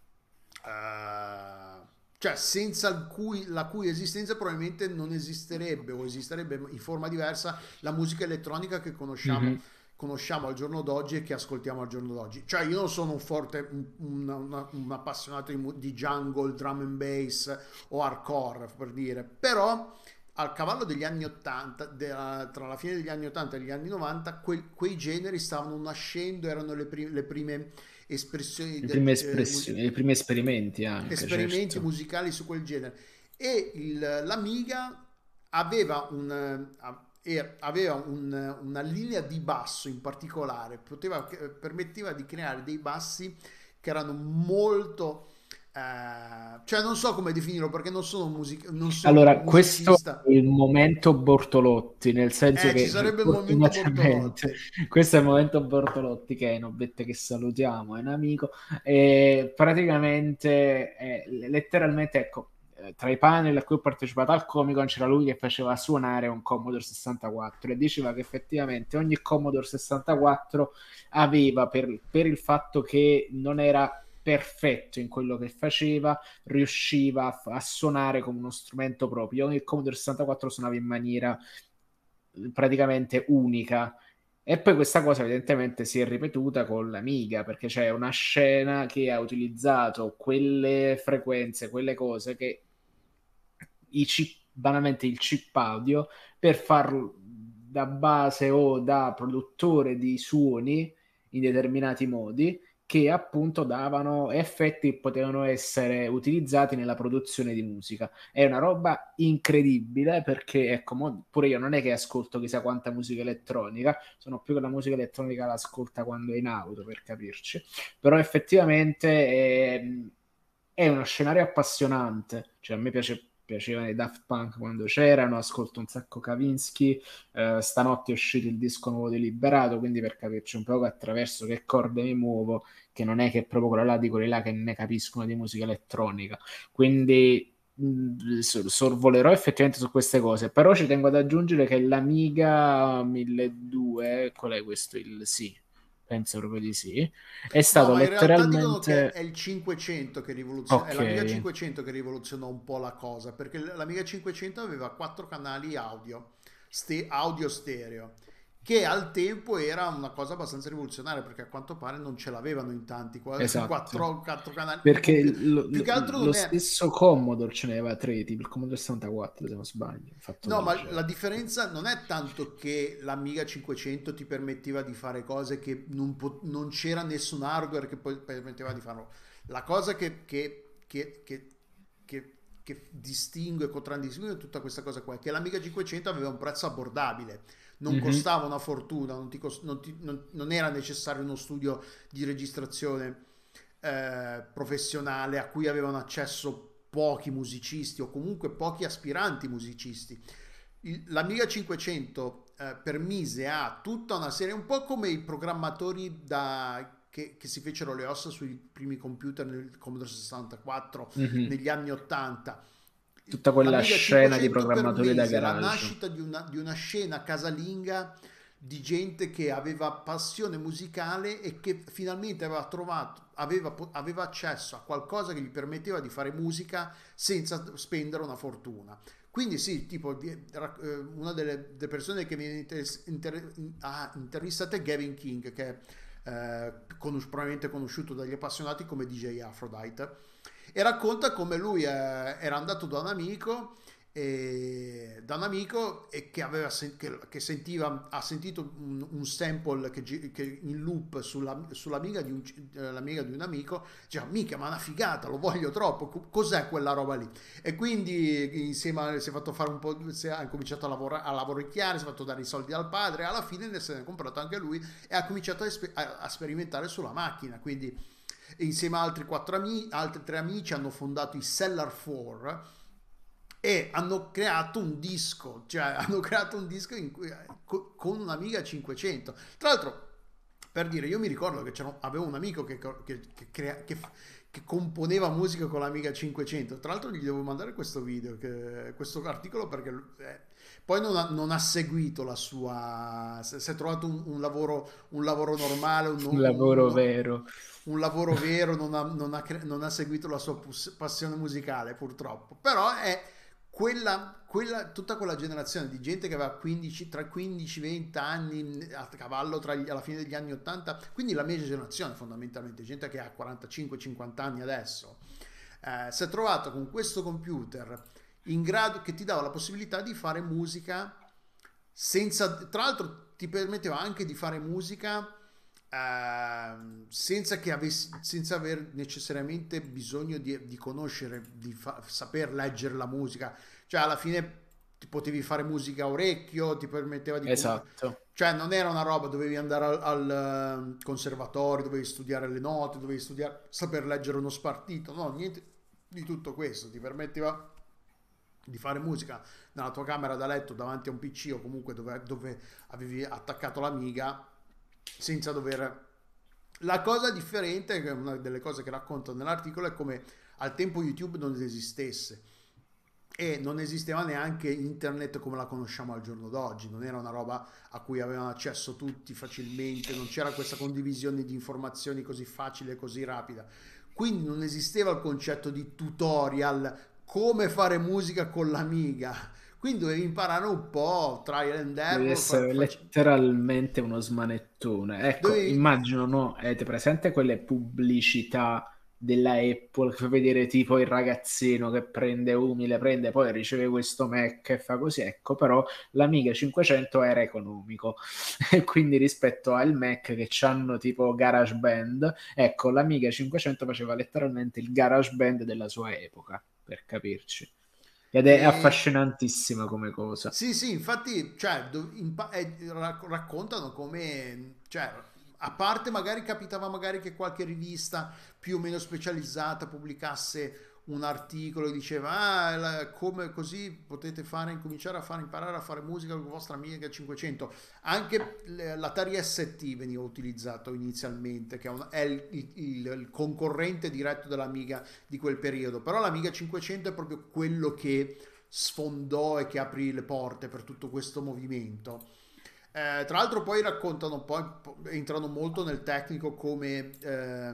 uh, cioè senza il cui, la cui esistenza probabilmente non esisterebbe o esisterebbe in forma diversa la musica elettronica che conosciamo, mm-hmm. conosciamo al giorno d'oggi e che ascoltiamo al giorno d'oggi. Cioè io non sono un forte un, un, un appassionato di, di jungle, drum and bass o hardcore per dire, però al cavallo degli anni ottanta, tra la fine degli anni ottanta e gli anni novanta, que, quei generi stavano nascendo, erano le, pri, le prime espressioni, le prime, de, espressioni, eh, i primi esperimenti anche, esperimenti certo. musicali su quel genere. E il, l'Amiga aveva un... aveva un, una linea di basso in particolare, poteva, permetteva di creare dei bassi che erano molto... Uh, cioè non so come definirlo perché non sono, music- non sono allora un musicista. Questo è il momento Bortolotti, nel senso eh, che ci sarebbe il momento Bortolotti. Questo è il momento Bortolotti, che è Nobette, che salutiamo, è un amico, e praticamente è, letteralmente ecco, tra i panel a cui ho partecipato al Comic-Con c'era lui che faceva suonare un Commodore sessantaquattro e diceva che effettivamente ogni Commodore sessantaquattro aveva, per, per il fatto che non era perfetto in quello che faceva, riusciva a, a suonare come uno strumento proprio. Il Commodore sessantaquattro suonava in maniera praticamente unica, e poi questa cosa evidentemente si è ripetuta con l'Amiga, perché c'è una scena che ha utilizzato quelle frequenze, quelle cose che i chip, banalmente il chip audio, per farlo da base o da produttore di suoni in determinati modi, che appunto davano effetti che potevano essere utilizzati nella produzione di musica. È una roba incredibile, perché ecco, pure io non è che ascolto chissà quanta musica elettronica, sono più che la musica elettronica l'ascolta quando è in auto, per capirci, però effettivamente è, è uno scenario appassionante, cioè a me piace piacevano i Daft Punk quando c'erano, ascolto un sacco Kavinsky, eh, stanotte è uscito il disco nuovo di Liberato, quindi per capirci un po' attraverso che corde mi muovo, che non è che proprio quello là di quelli là che ne capiscono di musica elettronica, quindi mh, sorvolerò effettivamente su queste cose, però ci tengo ad aggiungere che l'Amiga milleduecento, qual è questo? Il sì, penso proprio di sì, è stato no, ma in realtà dicono che letteralmente... è il cinquecento che rivoluzionò, Okay. è l'Amiga cinquecento che rivoluzionò un po' la cosa, perché l'Amiga cinquecento aveva quattro canali audio, ste, audio stereo, che al tempo era una cosa abbastanza rivoluzionaria, perché a quanto pare non ce l'avevano in tanti, esatto. quattro, quattro canali. Perché più, lo, più che altro lo non è... stesso Commodore ce n'aveva tre, tipo il Commodore sessantaquattro, se non sbaglio. Fatto No, ma legge. la differenza non è tanto che l'Amiga cinquecento ti permetteva di fare cose che non, po- non c'era nessun hardware che poi permetteva di farlo. La cosa che, che, che, che, che, che distingue, contraddistingue tutta questa cosa qua è che l'Amiga cinquecento aveva un prezzo abbordabile, non Mhm. costava una fortuna, non, ti cost- non, ti- non- non era necessario uno studio di registrazione eh, professionale a cui avevano accesso pochi musicisti o comunque pochi aspiranti musicisti. Il, L'Amiga cinquecento eh, permise a tutta una serie, un po' come i programmatori da, che, che si fecero le ossa sui primi computer nel Commodore sessantaquattro Mhm. negli anni ottanta. Tutta quella L'Amiga scena di cinquecento programmatori da permise la garage. nascita di una, di una scena casalinga di gente che aveva passione musicale e che finalmente aveva trovato, aveva, aveva accesso a qualcosa che gli permetteva di fare musica senza spendere una fortuna. Quindi sì, tipo una delle, delle persone che viene inter, inter, ah, intervistate è Gavin King, che è eh, conos- probabilmente conosciuto dagli appassionati come D J Aphrodite, e racconta come lui eh, era andato da un amico e da un amico e che aveva sen- che, che sentiva ha sentito un, un sample che, gi- che in loop sulla, sull'amiga di un, eh, l'amiga di un amico, diceva mica, ma una figata, lo voglio troppo, co- cos'è quella roba lì? E quindi insieme a, si è fatto fare un po', si è, ha cominciato a, lavora, a lavoricchiare, si è fatto dare i soldi al padre, alla fine se ne è comprato anche lui e ha cominciato a, esper- a, a sperimentare sulla macchina, quindi insieme a altri quattro amici, altri tre amici hanno fondato i Cellar quattro e hanno creato un disco, cioè hanno creato un disco in cui, con un'Amiga cinquecento. Tra l'altro Per dire, io mi ricordo che c'era, avevo un amico che, che, che, crea- che, che componeva musica con l'Amiga cinquecento. Tra l'altro gli devo mandare questo video, che- questo articolo, perché eh, poi non ha, non ha seguito la sua... Si si è trovato un, un lavoro, un lavoro normale, un, Un un- lavoro un- vero. un lavoro vero, non ha, non ha cre- non ha seguito la sua pus- passione musicale, purtroppo. Però è quella, quella- tutta quella generazione di gente che aveva quindici, tra quindici e venti anni a cavallo tra gli- alla fine degli anni ottanta, quindi la mia generazione fondamentalmente, gente che ha quarantacinque cinquanta anni adesso, eh, si è trovato con questo computer in grado che ti dava la possibilità di fare musica senza, tra l'altro ti permetteva anche di fare musica ehm, senza che avessi, senza aver necessariamente bisogno di, di conoscere, di fa- saper leggere la musica. Cioè, alla fine ti potevi fare musica a orecchio, ti permetteva di... com- Esatto. Cioè, non era una roba, dovevi andare al, al, eh, conservatorio, dovevi studiare le note, dovevi studiare, saper leggere uno spartito. No, niente di tutto questo. Ti permetteva di fare musica nella tua camera da letto davanti a un P C o comunque dove, dove avevi attaccato l'Amiga senza dover... La cosa differente, che è una delle cose che racconto nell'articolo, è come al tempo YouTube non esistesse e non esisteva neanche internet come la conosciamo al giorno d'oggi, non era una roba a cui avevano accesso tutti facilmente, non c'era questa condivisione di informazioni così facile e così rapida, quindi non esisteva il concetto di tutorial, come fare musica con l'Amiga, quindi dovevi imparare un po', trial and Devi error, fa- essere fac- letteralmente uno smanettone. Ecco, dovevi... immagino, no? Avete presente quelle pubblicità della Apple che fa vedere tipo il ragazzino che prende umile, prende, poi riceve questo Mac e fa così. Ecco, però l'Amiga cinquecento era economico. E quindi rispetto al Mac che c'hanno tipo GarageBand, ecco, l'Amiga cinquecento faceva letteralmente il GarageBand della sua epoca, per capirci. Ed è E affascinantissima come cosa. sì, sì, infatti, cioè, do- impa- eh, rac- raccontano come, cioè, a parte magari capitava magari che qualche rivista più o meno specializzata pubblicasse un articolo e diceva, ah, la- come così potete fare, incominciare a fare, imparare a fare musica con la vostra Amiga cinquecento. Anche l- l'Atari S T veniva utilizzato inizialmente, che è, un- è il, il- il concorrente diretto dell'Amiga di quel periodo, però l'Amiga cinquecento è proprio quello che sfondò e che aprì le porte per tutto questo movimento. Eh, tra l'altro poi raccontano, poi entrano molto nel tecnico come, eh,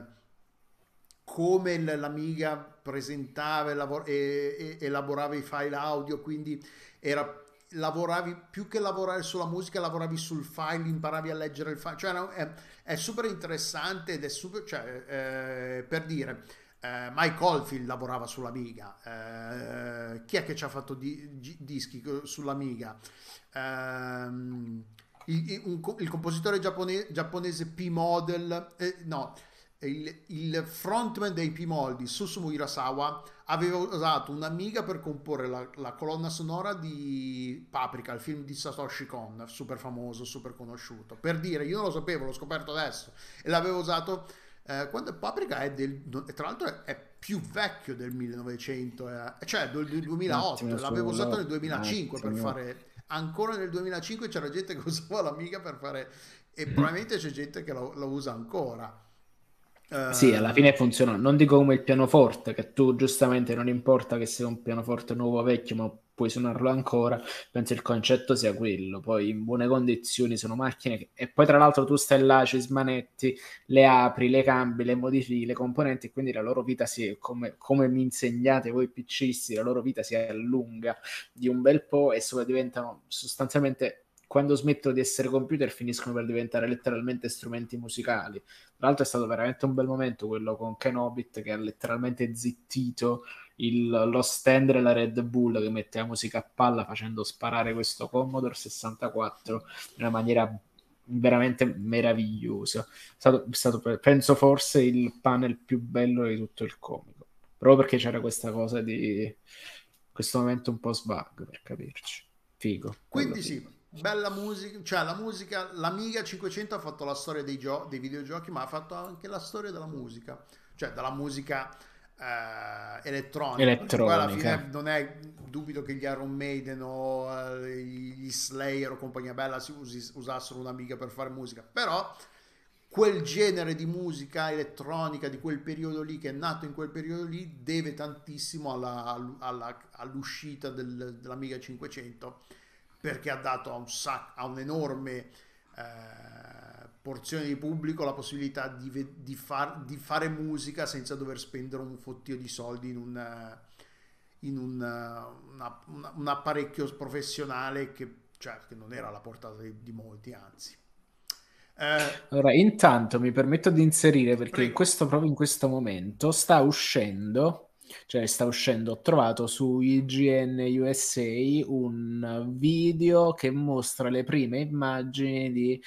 come l- l'Amiga presentava e, lavor- e- e- elaborava i file audio, quindi era, lavoravi più che lavorare sulla musica, lavoravi sul file, imparavi a leggere il file, cioè no, è, è super interessante ed è super, cioè, eh, per dire, eh, Mike Oldfield lavorava sull'Amiga, eh, chi è che ci ha fatto di- gi- dischi co- sull'Amiga? Ehm, il, il- un co- il compositore giappone- giapponese P-Model, eh, no, il, il frontman dei P-Moldi, Susumu Hirasawa, aveva usato un'Amiga per comporre la, la colonna sonora di Paprika, il film di Satoshi Kon, super famoso, super conosciuto. Per dire, io non lo sapevo, l'ho scoperto adesso, e l'avevo usato eh, quando Paprika è del, tra l'altro è, è più vecchio del millenovecento, eh, cioè del, del Un attimo duemilaotto, l'avevo usato nel solo, un duemilacinque per attimo. fare, ancora nel duemilacinque c'era gente che usava l'Amiga per fare, e probabilmente c'è gente che lo, lo usa ancora. Sì, alla Eh, fine funziona. Non dico come il pianoforte, che tu giustamente non importa che sia un pianoforte nuovo o vecchio, ma puoi suonarlo ancora. Penso il concetto sia quello. Poi in buone condizioni sono macchine che... E poi tra l'altro tu stai là, ci smanetti, le apri, le cambi, le modifichi, le componenti, e quindi la loro vita si, come, come mi insegnate voi picisti, la loro vita si allunga di un bel po' e solo diventano sostanzialmente, quando smettono di essere computer, finiscono per diventare letteralmente strumenti musicali. Tra l'altro è stato veramente un bel momento quello con Kenobit, che ha letteralmente zittito il, lo stand della Red Bull, che mette la musica a palla facendo sparare questo Commodore sessantaquattro in una maniera veramente meravigliosa. È stato, è stato, penso, forse il panel più bello di tutto il comico, proprio perché c'era questa cosa di questo momento un po' svag, per capirci. Figo, bello quindi figo. sì, bella musica, cioè la musica, l'Amiga cinquecento ha fatto la storia dei, gio- dei videogiochi, ma ha fatto anche la storia della musica, cioè della musica eh, elettronica, perché poi alla Elettronica. fine non è dubito che gli Iron Maiden o eh, gli Slayer o compagnia bella si usi- usassero un'Amiga per fare musica, però quel genere di musica elettronica di quel periodo lì, che è nato in quel periodo lì, deve tantissimo alla- alla- all'uscita del- dell'Amiga cinquecento, perché ha dato a un sac- a un'enorme eh, porzione di pubblico la possibilità di, ve- di far- di fare musica senza dover spendere un fottio di soldi in un, eh, in un, eh, una- una- un apparecchio professionale che, cioè, che non era alla portata di, di molti, anzi. Eh, Allora, intanto mi permetto di inserire perché in prego. questo, proprio in questo momento sta uscendo, cioè sta uscendo, ho trovato su I G N U S A un video che mostra le prime immagini di,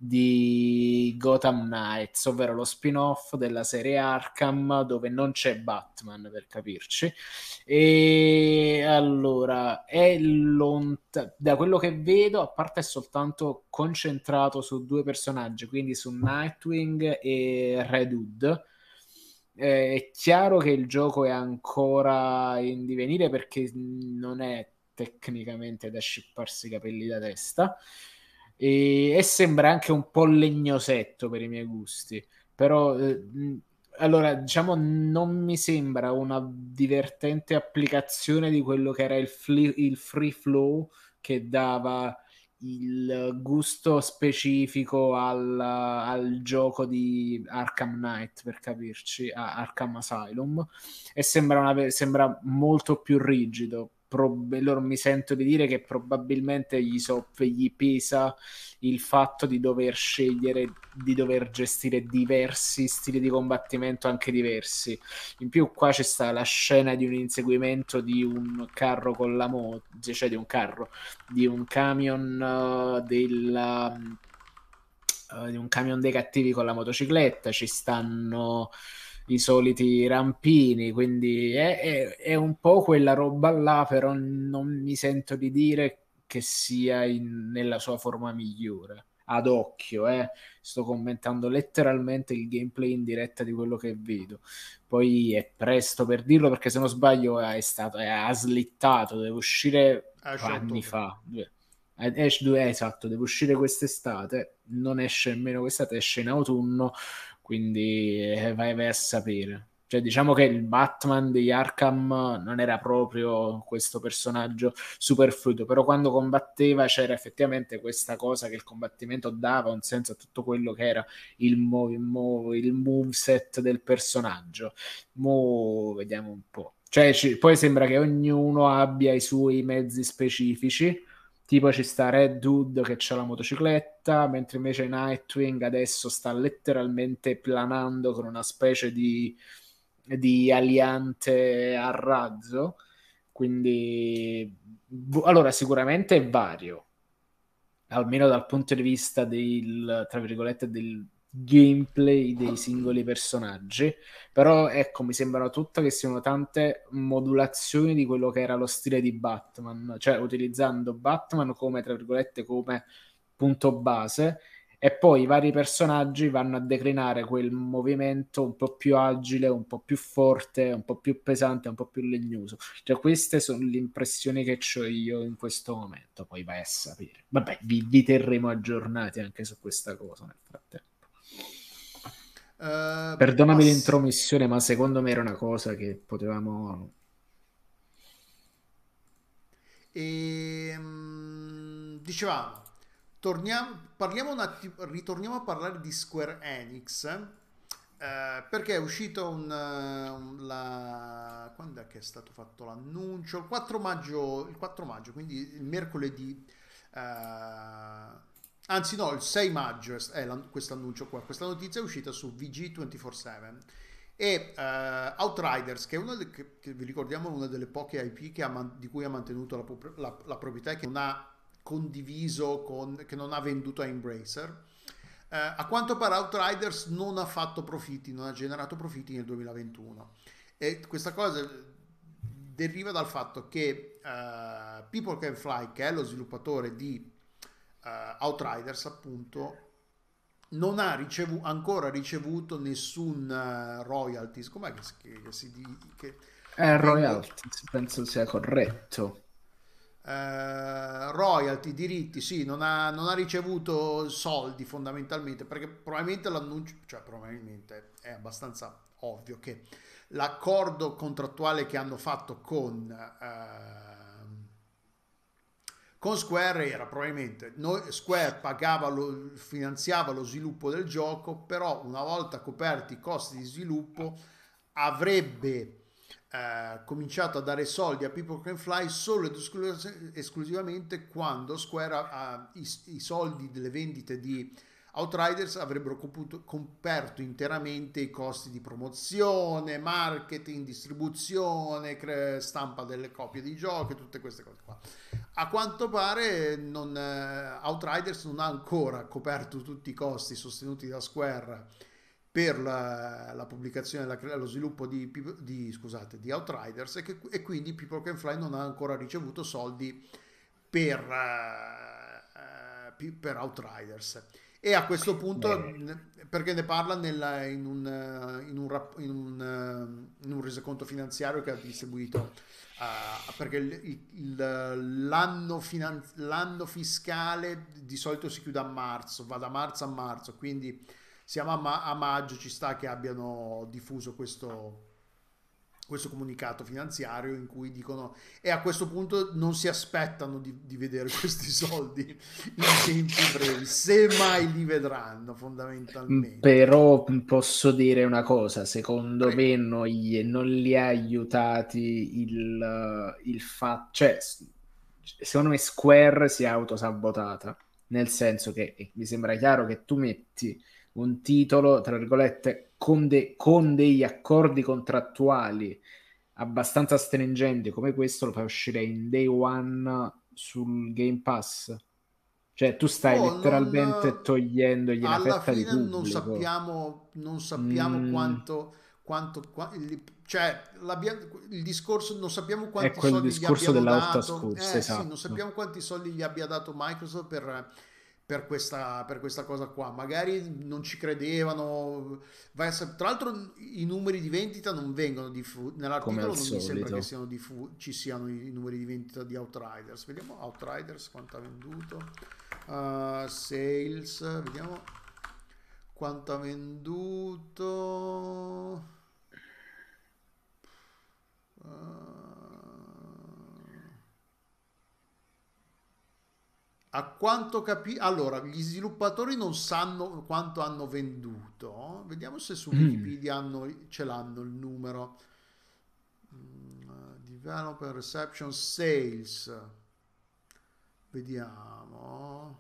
di Gotham Knights, ovvero lo spin-off della serie Arkham dove non c'è Batman, per capirci. E allora, è lonta- da quello che vedo, a parte è soltanto concentrato su due personaggi, quindi su Nightwing e Red Hood. Eh, è chiaro che il gioco è ancora in divenire perché non è tecnicamente da scipparsi i capelli da testa e, e sembra anche un po' legnosetto per i miei gusti, però eh, mh, allora, diciamo, non mi sembra una divertente applicazione di quello che era il, fli- il free flow che dava il gusto specifico al, al gioco di Arkham Knight, per capirci, a Arkham Asylum, e sembra, una- sembra molto più rigido. Prob- loro mi sento di dire che probabilmente gli, so- gli pesa il fatto di dover scegliere, di dover gestire diversi stili di combattimento anche diversi. In più qua c'è sta la scena di un inseguimento di un carro con la moto, cioè di un carro, di un camion uh, del, uh, di un camion dei cattivi con la motocicletta, ci stanno i soliti rampini, quindi è, è- è un po' quella roba là, però non mi sento di dire che sia in- nella sua forma migliore. Ad occhio, eh. Sto commentando letteralmente il gameplay in diretta di quello che vedo. Poi è presto per dirlo perché se non sbaglio è stato, è, ha slittato, deve uscire Esce a anni ottobre. fa. Due- eh, Esce, due- eh, esatto, deve uscire quest'estate, non esce nemmeno quest'estate, esce in autunno, quindi eh, vai, vai a sapere. Cioè, diciamo che il Batman di Arkham non era proprio questo personaggio super fluido, però quando combatteva c'era effettivamente questa cosa che il combattimento dava un senso a tutto quello che era il, mo- il, mo- il moveset del personaggio. Mo vediamo un po'. Cioè, ci- poi sembra che ognuno abbia i suoi mezzi specifici. Tipo ci sta Red Hood che c'ha la motocicletta, mentre invece Nightwing adesso sta letteralmente planando con una specie di, di aliante a razzo. Quindi, bu- allora, sicuramente è vario, almeno dal punto di vista del, tra virgolette, del gameplay dei singoli personaggi, però ecco, mi sembrano tutte che siano tante modulazioni di quello che era lo stile di Batman, cioè utilizzando Batman come, tra virgolette, come punto base e poi i vari personaggi vanno a declinare quel movimento un po' più agile, un po' più forte, un po' più pesante, un po' più legnoso. Cioè, queste sono le impressioni che ho io in questo momento. Poi vai a sapere. Vabbè, vi, vi terremo aggiornati anche su questa cosa nel frattempo. Eh, Perdonami pass- l'intromissione, ma secondo me era una cosa che potevamo. E mm, dicevamo, torniamo, parliamo un attimo, ritorniamo a parlare di Square Enix, eh, perché è uscito un, eh, un- la, quando è che è stato fatto l'annuncio? Il quattro maggio, il quattro maggio, quindi il mercoledì, eh, anzi no, il sei maggio è, è questo annuncio qua, questa notizia è uscita su V G ventiquattro sette. E eh, Outriders, che è una de- che, che vi ricordiamo è una delle poche I P che ha man- di cui ha mantenuto la, pro- la- la proprietà e che non ha condiviso con, che non ha venduto a Embracer. Eh, a quanto pare Outriders non ha fatto profitti, non ha generato profitti nel duemilaventuno. E questa cosa deriva dal fatto che eh, People Can Fly, che è lo sviluppatore di eh, Outriders, appunto, non ha ricevu- ancora ricevuto nessun eh, royalties. Com'è che, si- che, che si di- che Eh, vengo royalties, penso sia corretto. eh, royalty, diritti, sì, non ha, non ha ricevuto soldi fondamentalmente, perché probabilmente l'annuncio, cioè probabilmente è abbastanza ovvio che l'accordo contrattuale che hanno fatto con, ehm, con Square era probabilmente noi, Square pagava lo, finanziava lo sviluppo del gioco, però una volta coperti i costi di sviluppo avrebbe eh, cominciato a dare soldi a People Can Fly solo ed esclu- esclusivamente quando Square ha, ha i, i soldi delle vendite di Outriders avrebbero computo- coperto interamente i costi di promozione, marketing, distribuzione, cre- stampa delle copie di giochi, tutte queste cose qua. A quanto pare non, eh, Outriders non ha ancora coperto tutti i costi sostenuti da Square per la, la pubblicazione e la- lo sviluppo di, di, scusate, di Outriders, e, che, e quindi People Can Fly non ha ancora ricevuto soldi per, eh, eh, per Outriders. E a questo punto, Beh, perché ne parla nella- in, un, eh, in, un, rap- in, un, eh, in un resoconto finanziario che ha distribuito, eh, perché il- il- l'anno, finan- l'anno fiscale di solito si chiude a marzo, va da marzo a marzo, quindi siamo a, ma- a maggio, ci sta che abbiano diffuso questo, questo comunicato finanziario in cui dicono, e a questo punto non si aspettano di, di vedere questi soldi in tempi brevi, se mai li vedranno fondamentalmente. però posso dire una cosa, secondo Prego. me non, gli- non li ha aiutati il, il fatto, cioè s- secondo me Square si è autosabotata, nel senso che e mi sembra chiaro che tu metti un titolo, tra virgolette, con, de- con degli accordi contrattuali abbastanza stringenti come questo, lo fai uscire in day one sul Game Pass. Cioè, tu stai Boh, non, letteralmente togliendogli una alla fetta di fine non pubblico. sappiamo, non sappiamo Mm, quanto, quanto, qua- il- cioè, l'abbia- il discorso, non sappiamo quanti ecco il soldi gli discorso abbiano della volta dato, scorsa, eh sì, non esatto. sappiamo quanti soldi gli abbia dato Microsoft per, per questa, per questa cosa qua, magari non ci credevano, vai a sap- tra l'altro i numeri di vendita non vengono diffusi, Come nell'articolo al non mi sembra che solito. siano diffu- ci siano i numeri di vendita di Outriders, vediamo Outriders quanto ha venduto. Uh, sales, vediamo quanto ha venduto. Uh, a quanto capi allora gli sviluppatori non sanno quanto hanno venduto, vediamo se su Mm. Wikipedia hanno, ce l'hanno il numero. Mm, developer reception sales, vediamo.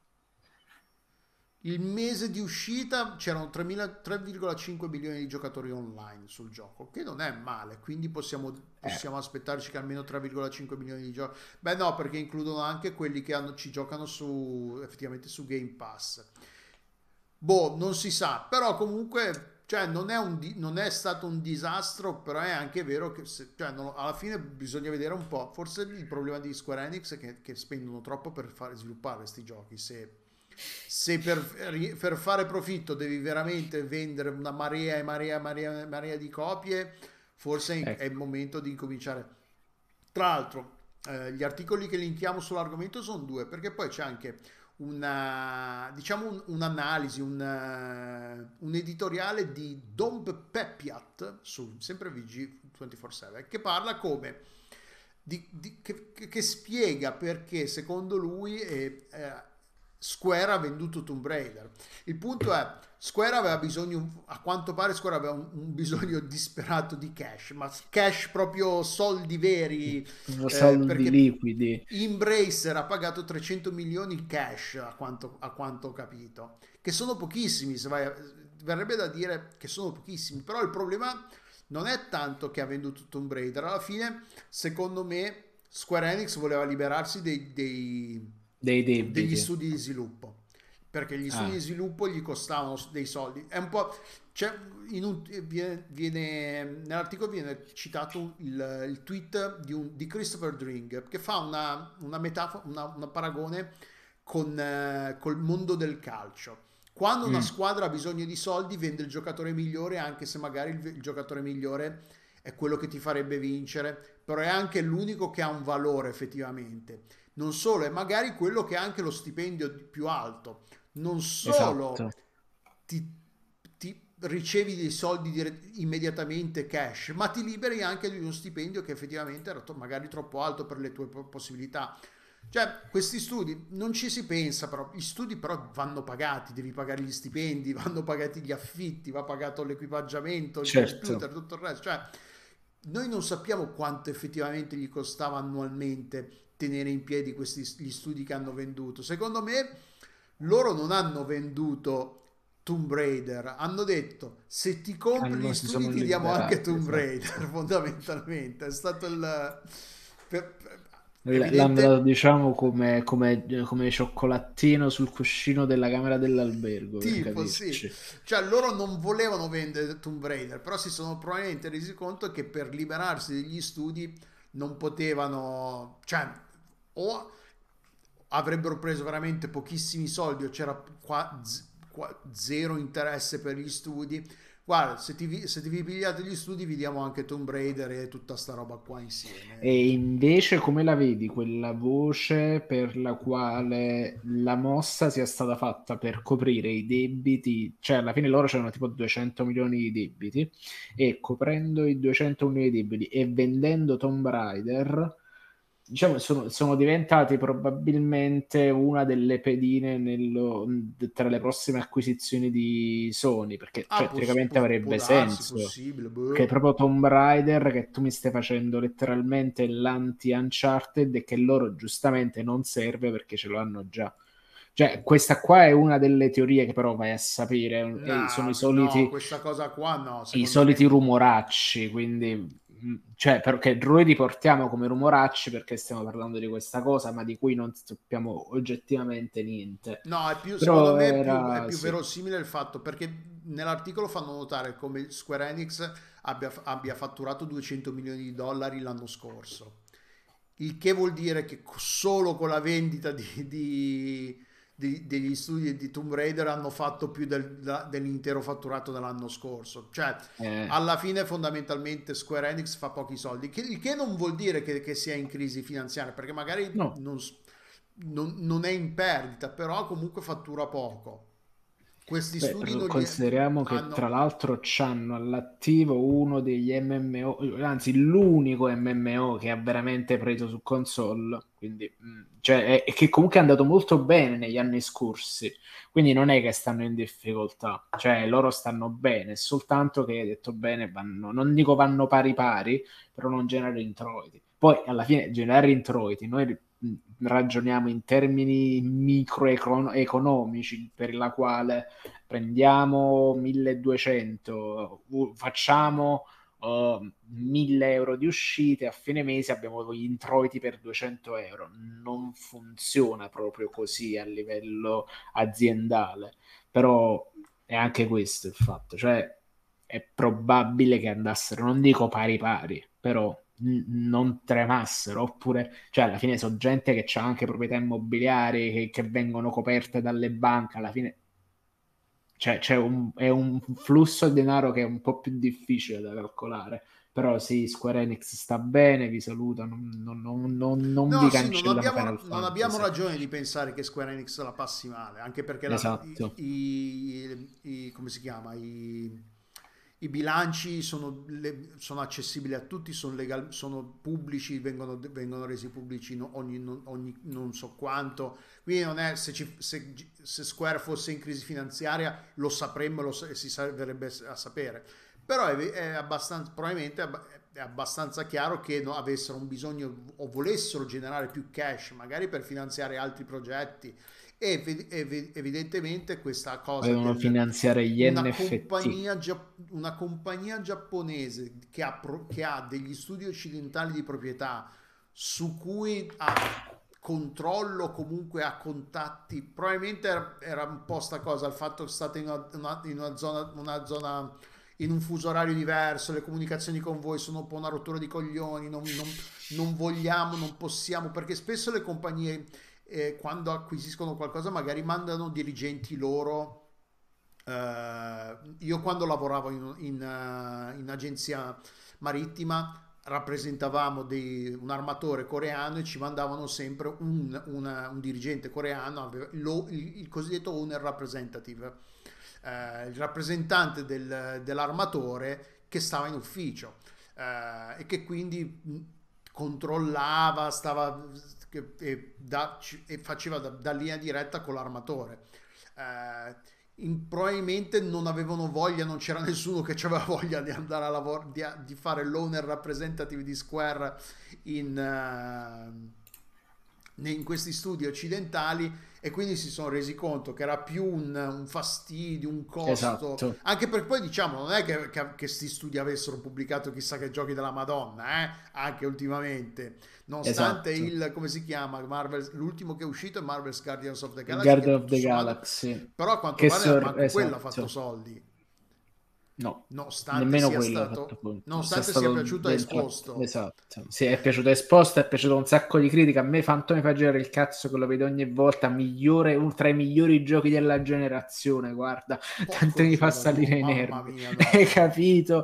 Il mese di uscita c'erano tre virgola cinque milioni di giocatori online sul gioco, che non è male, quindi possiamo, Eh, possiamo aspettarci che almeno tre virgola cinque milioni di giocatori. Beh no, perché includono anche quelli che hanno- ci giocano su, effettivamente su Game Pass. Boh, non si sa, però comunque, cioè, non è, un di- non è stato un disastro, però è anche vero che se- cioè, non- alla fine bisogna vedere un po'. Forse il problema di Square Enix è che, che spendono troppo per fare sviluppare questi giochi. Se, se per, ri- per fare profitto devi veramente vendere una marea e marea, e marea, e marea di copie, forse è il ecco. momento di incominciare. Tra l'altro, eh, gli articoli che linkiamo sull'argomento sono due, perché poi c'è anche una, diciamo un- un'analisi, un, eh, un editoriale di Dom Peppiat su sempre V G ventiquattro sette che parla come di- di- che, che- che spiega perché secondo lui eh, eh, Square ha venduto Tomb Raider. Il punto è, Square aveva bisogno, a quanto pare Square aveva un, un bisogno disperato di cash, ma cash proprio soldi veri, eh, Soldi perché liquidi. Embracer ha pagato trecento milioni in cash, a quanto, a quanto ho capito, che sono pochissimi, se vai a- verrebbe da dire che sono pochissimi, però il problema non è tanto che ha venduto Tomb Raider, alla fine secondo me Square Enix voleva liberarsi dei, dei- Dei degli debiti. studi di sviluppo, perché gli studi di Ah. sviluppo gli costavano dei soldi. È un po'... C'è in un, viene, viene- nell'articolo viene citato il, il tweet di, un, di Christopher Dring che fa una, una metafora, una, una paragone con eh, col mondo del calcio. Quando una Mm. squadra ha bisogno di soldi, vende il giocatore migliore, anche se magari il, il giocatore migliore è quello che ti farebbe vincere, però è anche l'unico che ha un valore effettivamente. Non solo, è magari quello che ha anche lo stipendio più alto. Non solo Esatto. ti, ti ricevi dei soldi dire- immediatamente cash, ma ti liberi anche di uno stipendio che effettivamente era to- magari troppo alto per le tue po- possibilità. Cioè, questi studi non ci si pensa, però gli studi però vanno pagati, devi pagare gli stipendi, vanno pagati gli affitti, va pagato l'equipaggiamento, il Certo. computer, tutto il resto. Cioè, noi non sappiamo quanto effettivamente gli costava annualmente tenere in piedi questi gli studi che hanno venduto. Secondo me loro non hanno venduto Tomb Raider, hanno detto se ti compri gli Hanno, si studi sono ti diamo anche liberati, Tomb esatto. Raider, fondamentalmente. È stato il... per- per- L- L'hanno evidente. dato, diciamo, come, come, come cioccolatino sul cuscino della camera dell'albergo, per Tipo, sì, capirci. cioè loro non volevano vendere Tomb Raider, però si sono probabilmente resi conto che per liberarsi degli studi non potevano, cioè, o avrebbero preso veramente pochissimi soldi o c'era qua, z- qua- zero interesse per gli studi. Guarda, se ti, vi- se ti vi pigliate gli studi vi diamo anche Tomb Raider e tutta sta roba qua E insieme. invece come la vedi quella voce per la quale la mossa sia stata fatta per coprire i debiti, cioè alla fine loro c'erano tipo duecento milioni di debiti e coprendo i duecento milioni di debiti e vendendo Tomb Raider, diciamo, sono, sono diventati probabilmente una delle pedine nello- tra le prossime acquisizioni di Sony, perché Ah, cioè, può, teoricamente può- può avrebbe darsi, senso possibile, che è boh. proprio Tomb Raider che tu mi stai facendo letteralmente l'anti-Uncharted e che loro giustamente non serve perché ce lo hanno già. Cioè, questa qua è una delle teorie che però vai a sapere, e sono i No, no, soliti questa cosa qua no, i secondo soliti me rumoracci, quindi mh, cioè perché noi li portiamo come rumoracci perché stiamo parlando di questa cosa, ma di cui non sappiamo oggettivamente niente. no, è più, secondo Però me è più, è era più sì. verosimile il fatto perché nell'articolo fanno notare come Square Enix abbia, abbia fatturato duecento milioni di dollari l'anno scorso, il che vuol dire che co- solo con la vendita di, di- di- degli studi di Tomb Raider hanno fatto più del- da- dell'intero fatturato dell'anno scorso. Cioè, Eh, alla fine fondamentalmente Square Enix fa pochi soldi, che- il che non vuol dire che, che sia in crisi finanziaria, perché magari no. non, s- non- non è in perdita, però comunque fattura poco. Questi Beh, studi però non gli consideriamo che tra hanno... l'altro c'hanno all'attivo uno degli M M O, anzi l'unico M M O che ha veramente preso su console, quindi, mh, cioè, è- e che comunque è andato molto bene negli anni scorsi, quindi non è che stanno in difficoltà, cioè loro stanno bene, soltanto che hai detto bene, vanno, non dico vanno pari pari, però non generare introiti. Poi alla fine generare introiti, noi mh, ragioniamo in termini microeconomici per la quale prendiamo milleduecento, u- facciamo uh, mille euro di uscite, a fine mese abbiamo gli introiti per duecento euro. Non funziona proprio così a livello aziendale, però è anche questo il fatto, cioè è probabile che andassero, non dico pari pari, però n- non tremassero, oppure, cioè alla fine sono gente che ha anche proprietà immobiliari che, che vengono coperte dalle banche, alla fine cioè, c'è un, è un flusso di denaro che è un po' più difficile da calcolare. Però sì, Square Enix sta bene, vi saluta, non, non- non- non- non No, vi sì, non cancellano abbiamo, Final non abbiamo Fantasy. ragione di pensare che Square Enix la passi male, anche perché la- i, Esatto. i- i- come si chiama? I, i bilanci sono, le- sono accessibili a tutti, sono, legal- sono pubblici, vengono, vengono resi pubblici no- ogni, non ogni non so quanto. Quindi non è, se, ci- se- se Square fosse in crisi finanziaria lo sapremmo lo sa- e si sarebbe a sapere. Però è, è abbastanza, probabilmente è abba- è abbastanza chiaro che no- avessero un bisogno o volessero generare più cash, magari per finanziare altri progetti. E evi- evi- evidentemente questa cosa Volevano del finanziare gli una N F T. compagnia, gia- una compagnia giapponese che ha, pro- che ha degli studi occidentali di proprietà su cui ha controllo, comunque ha contatti, probabilmente era, era un po' sta cosa, il fatto che state in una, una- in una zona, una zona in un fuso orario diverso, le comunicazioni con voi sono un po' una rottura di coglioni, non, non- non vogliamo, non possiamo, perché spesso le compagnie eh, quando acquisiscono qualcosa magari mandano dirigenti loro. Eh, io quando lavoravo in, in, eh, in agenzia marittima rappresentavamo dei, un armatore coreano e ci mandavano sempre un, una- un dirigente coreano, aveva lo- il, il cosiddetto owner representative, eh, il rappresentante del- dell'armatore che stava in ufficio, eh, e che quindi mh, controllava, stava che- e, da- ci- e faceva da, da linea diretta con l'armatore. Eh, in- probabilmente non avevano voglia, non c'era nessuno che aveva voglia di andare a lavorare, di, di fare l'owner representative di Square in, eh, in questi studi occidentali, e quindi si sono resi conto che era più un, un fastidio, un costo, Esatto, anche per poi diciamo non è che, che, che sti studi avessero pubblicato chissà che giochi della Madonna, eh? Anche ultimamente, nonostante esatto. il, come si chiama, Marvel, l'ultimo che è uscito è Marvel's Guardians of the Galaxy, che Guardian of tutto the sommato, Galaxy, però a quanto che pare sor- manco quello ha fatto esatto, soldi, no, nonostante nemmeno sia quello ha fatto stato, punto, sia nonostante sia stato piaciuto a ben trattato, esposto. esatto, sì, è piaciuto esposto, è piaciuto un sacco di critica, a me Phantom mi fa girare il cazzo che lo vedo ogni volta, migliore, uno tra i migliori giochi della generazione, guarda, tanto Porco mi fa Giuda, no, salire i mamma nervi, mia, hai no. capito?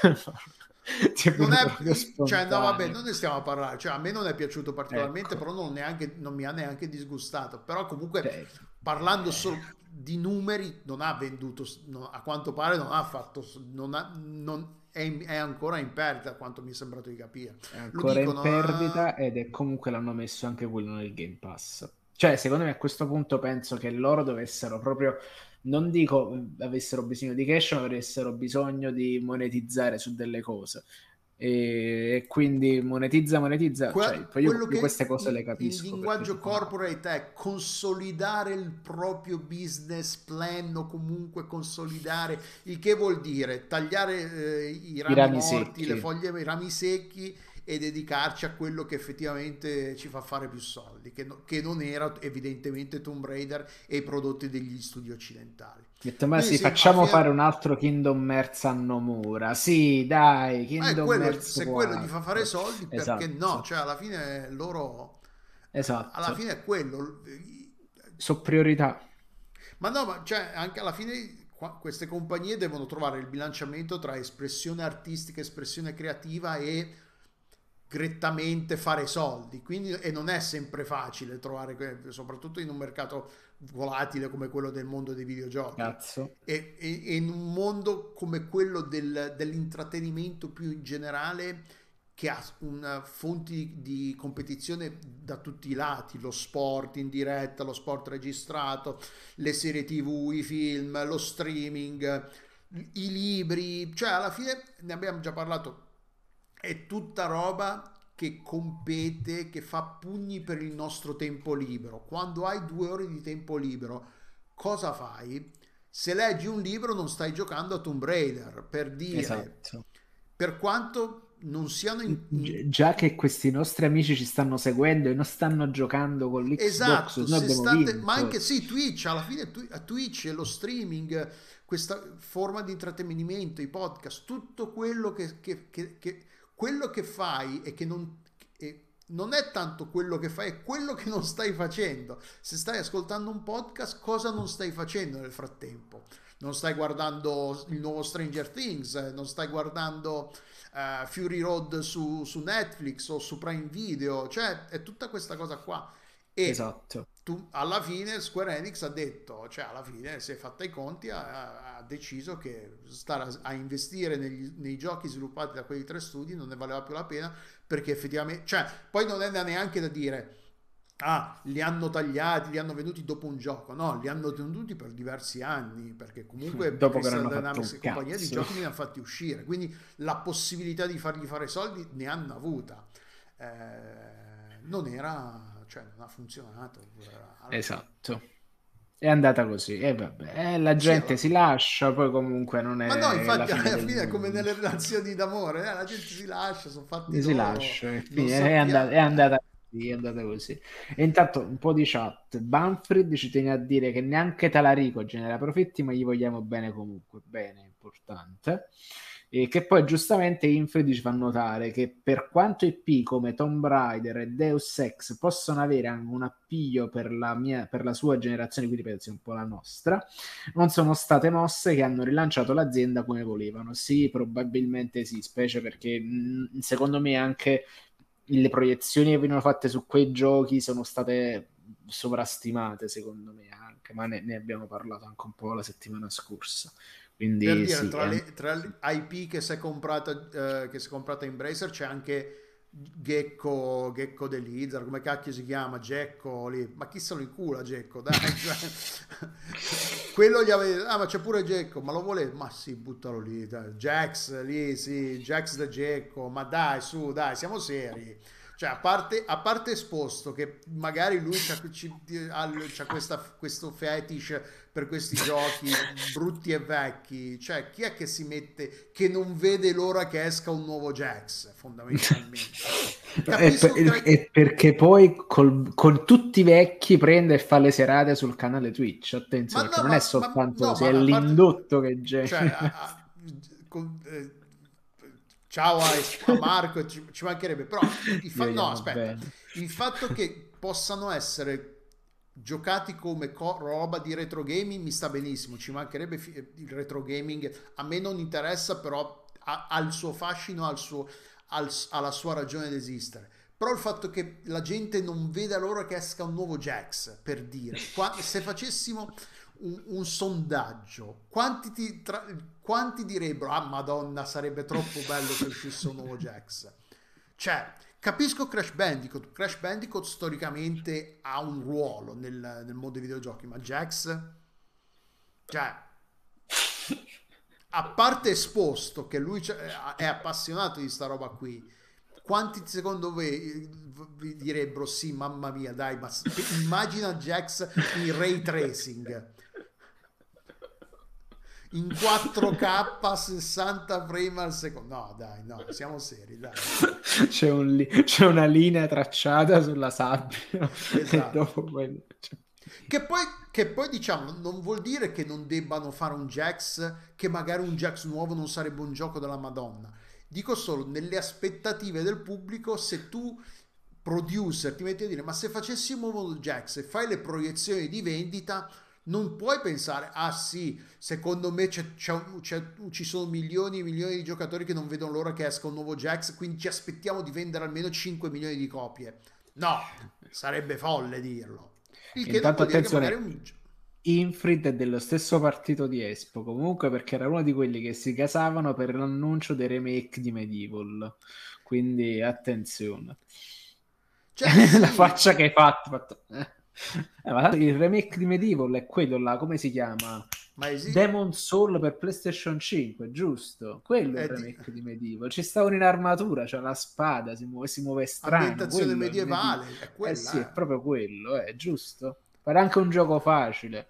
Ti è Non è, venuto proprio cioè, no, vabbè, spontaneo. non ne stiamo a parlare. Cioè, a me non è piaciuto particolarmente, Ecco, però non, neanche, non mi ha neanche disgustato. Però, comunque, cioè, parlando eh, solo di numeri, non ha venduto, no, a quanto pare, non ha fatto, non ha- non- è, in- è ancora in perdita, a quanto mi è sembrato di capire. è Lo ancora in dicono, perdita ah, ed è comunque l'hanno messo anche quello nel Game Pass. Cioè, secondo me a questo punto penso che loro dovessero proprio, non dico eh, avessero bisogno di cash, ma avessero bisogno di monetizzare su delle cose. E, e quindi monetizza, monetizza, cioè, Que- poi io, quello io queste che cose il, le il capisco perché linguaggio ti fanno. corporate è consolidare il proprio business plan, o comunque consolidare, il che vuol dire tagliare, eh, i I rami rami morti, le secchi. foglie, i rami secchi, e dedicarci a quello che effettivamente ci fa fare più soldi, che, no- che non era evidentemente Tomb Raider e i prodotti degli studi occidentali. Ho detto, ma Quindi sì, sì, alla facciamo fare fine, un altro Kingdom Hearts a Nomura. Sì, dai, eh, Kingdom quello, Hearts se quello gli fa fare quattro. soldi, perché no? Esatto, Cioè, alla fine loro, eh, alla esatto. fine è quello. So priorità. Ma no, ma cioè, anche alla fine qua- queste compagnie devono trovare il bilanciamento tra espressione artistica, espressione creativa e grettamente fare soldi. Quindi, e non è sempre facile trovare, que- soprattutto in un mercato volatile come quello del mondo dei videogiochi. Cazzo. E, e- e in un mondo come quello del- dell'intrattenimento più in generale, che ha una fonti di competizione da tutti i lati, lo sport in diretta, lo sport registrato, le serie tivù, i film, lo streaming, i libri, cioè alla fine ne abbiamo già parlato, è tutta roba che compete, che fa pugni per il nostro tempo libero. Quando hai due ore di tempo libero, cosa fai? Se leggi un libro non stai giocando a Tomb Raider, per dire, Esatto. per quanto non siano in, in- Gi- Già che questi nostri amici ci stanno seguendo e non stanno giocando con l'Xbox, esatto, noi se abbiamo state, ma anche vinto. sì, Twitch, alla fine Twi- Twitch e lo streaming, questa forma di intrattenimento, i podcast, tutto quello che, che- che- che- quello che fai e che non, e non è tanto quello che fai, è quello che non stai facendo. Se stai ascoltando un podcast, cosa non stai facendo nel frattempo? Non stai guardando il nuovo Stranger Things, eh, non stai guardando eh, Fury Road su, su Netflix o su Prime Video, cioè è tutta questa cosa qua. E Esatto. tu, alla fine Square Enix ha detto, cioè alla fine si è fatta i conti, ha, ha deciso che stare a, a investire negli- nei giochi sviluppati da quei tre studi non ne valeva più la pena, perché effettivamente, cioè poi non è neanche da dire, ah, li hanno tagliati, li hanno venuti dopo un gioco, no, li hanno tenuti per diversi anni, perché comunque Dopo che non Crystal hanno fatto Dynamics un e compagnia di cazzo. giochi li hanno fatti uscire, quindi la possibilità di fargli fare soldi ne hanno avuta. Eh, non era, cioè non ha funzionato, eh, alla fine. Esatto. È andata così. E vabbè, eh, la Sì, gente alla si fine. lascia, poi comunque non Ma no, è la infatti fine alla del fine è come mondo. nelle relazioni d'amore, eh, la gente si lascia, sono fatti Si loro, lascia, e non fine, è andata, è sappiamo. andata Eh. così, è andata così. E intanto un po' di chat. Banfred ci tiene a dire che neanche Talarico genera profitti, ma gli vogliamo bene comunque. Bene, importante. E che poi giustamente Infred ci fa notare che per quanto I P come Tomb Raider e Deus Ex possono avere anche un appiglio per la, mia, per la sua generazione, quindi penso un po' la nostra, non sono state mosse che hanno rilanciato l'azienda come volevano. Sì, probabilmente sì, specie perché mh, secondo me anche le proiezioni che venivano fatte su quei giochi sono state sovrastimate, secondo me anche, ma ne, ne abbiamo parlato anche un po' la settimana scorsa. Per Quindi dire, sì, tra è... le, tra le I P che si è comprata, eh, che si è comprata Embracer c'è anche Gecko, Gecko the Lizard, come cacchio si chiama? Gecko lì. Ma chi se lo incula Gecko? Dai, cioè, quello gli aveva, ah, ma c'è pure Gecko, ma lo vuole? Ma sì, buttalo lì, dai. Jax lì, sì, Jax the Gecko, ma dai, su, dai, siamo seri. Cioè, a parte, a parte esposto che magari lui c'ha, ci- ha, c'ha questa, questo fetish per questi giochi brutti e vecchi, cioè chi è che si mette, che non vede l'ora che esca un nuovo Jax, fondamentalmente. è, Capisco per- che... è perché poi col- con tutti i vecchi prende e fa le serate sul canale Twitch. Ma Attenzione, perché no, non è ma, ma- soltanto no, se ma è a parte... l'indotto che Cioè, genera. a- a- con- eh, ciao a, a Marco, ci, ci mancherebbe, però il Gli fa- no, vogliamo aspetta, bene. il fatto che possano essere giocati come co- roba di retro gaming mi sta benissimo, ci mancherebbe fi- il retro gaming, a me non interessa, però ha, ha il suo fascino, ha il suo, ha il- ha la sua ragione di esistere. Però il fatto che la gente non veda l'ora che esca un nuovo Jax, per dire, qua- se facessimo un, un sondaggio, quanti, ti tra- quanti direbbero, ah Madonna, sarebbe troppo bello se uscisse un nuovo Jax? Cioè, capisco Crash Bandicoot, Crash Bandicoot storicamente ha un ruolo nel, nel mondo dei videogiochi, ma Jax, cioè, a parte esposto che lui c'è- è appassionato di sta roba qui, quanti secondo voi eh, vi direbbero sì, mamma mia, dai, ma s- immagina Jax in ray tracing, in quattro K sessanta frame al secondo. No, dai, no, siamo seri, dai. C'è, un li- c'è una linea tracciata sulla sabbia e Esatto. dopo quello... cioè, Che poi, che poi diciamo, non vuol dire che non debbano fare un Jax, che magari un Jax nuovo non sarebbe un gioco della Madonna. Dico solo, nelle aspettative del pubblico, se tu, producer, ti metti a dire, ma se facessimo un nuovo Jax e fai le proiezioni di vendita, non puoi pensare, ah sì, secondo me c'è- c'è un- c'è- ci sono milioni e milioni di giocatori che non vedono l'ora che esca un nuovo Jax, quindi ci aspettiamo di vendere almeno cinque milioni di copie. No, sarebbe folle dirlo. Il che non Intanto vuol dire che magari attenzione, un... Infrid è dello stesso partito di Espo, comunque perché era uno di quelli che si casavano per l'annuncio dei remake di Medieval, quindi attenzione. Cioè La sì, faccia che hai fatto, fatto- eh. Eh, ma tanto il remake di Medieval è quello là, come si chiama? ma esiste... Demon Soul per PlayStation cinque, giusto? Quello è il È di... remake di Medieval. Ci stavano in armatura, c'è la spada, si muove, si muove strano. ambientazione Quello è il Medieval. medievale, è Eh sì, è quella, proprio quello, è giusto. Pare anche un gioco facile.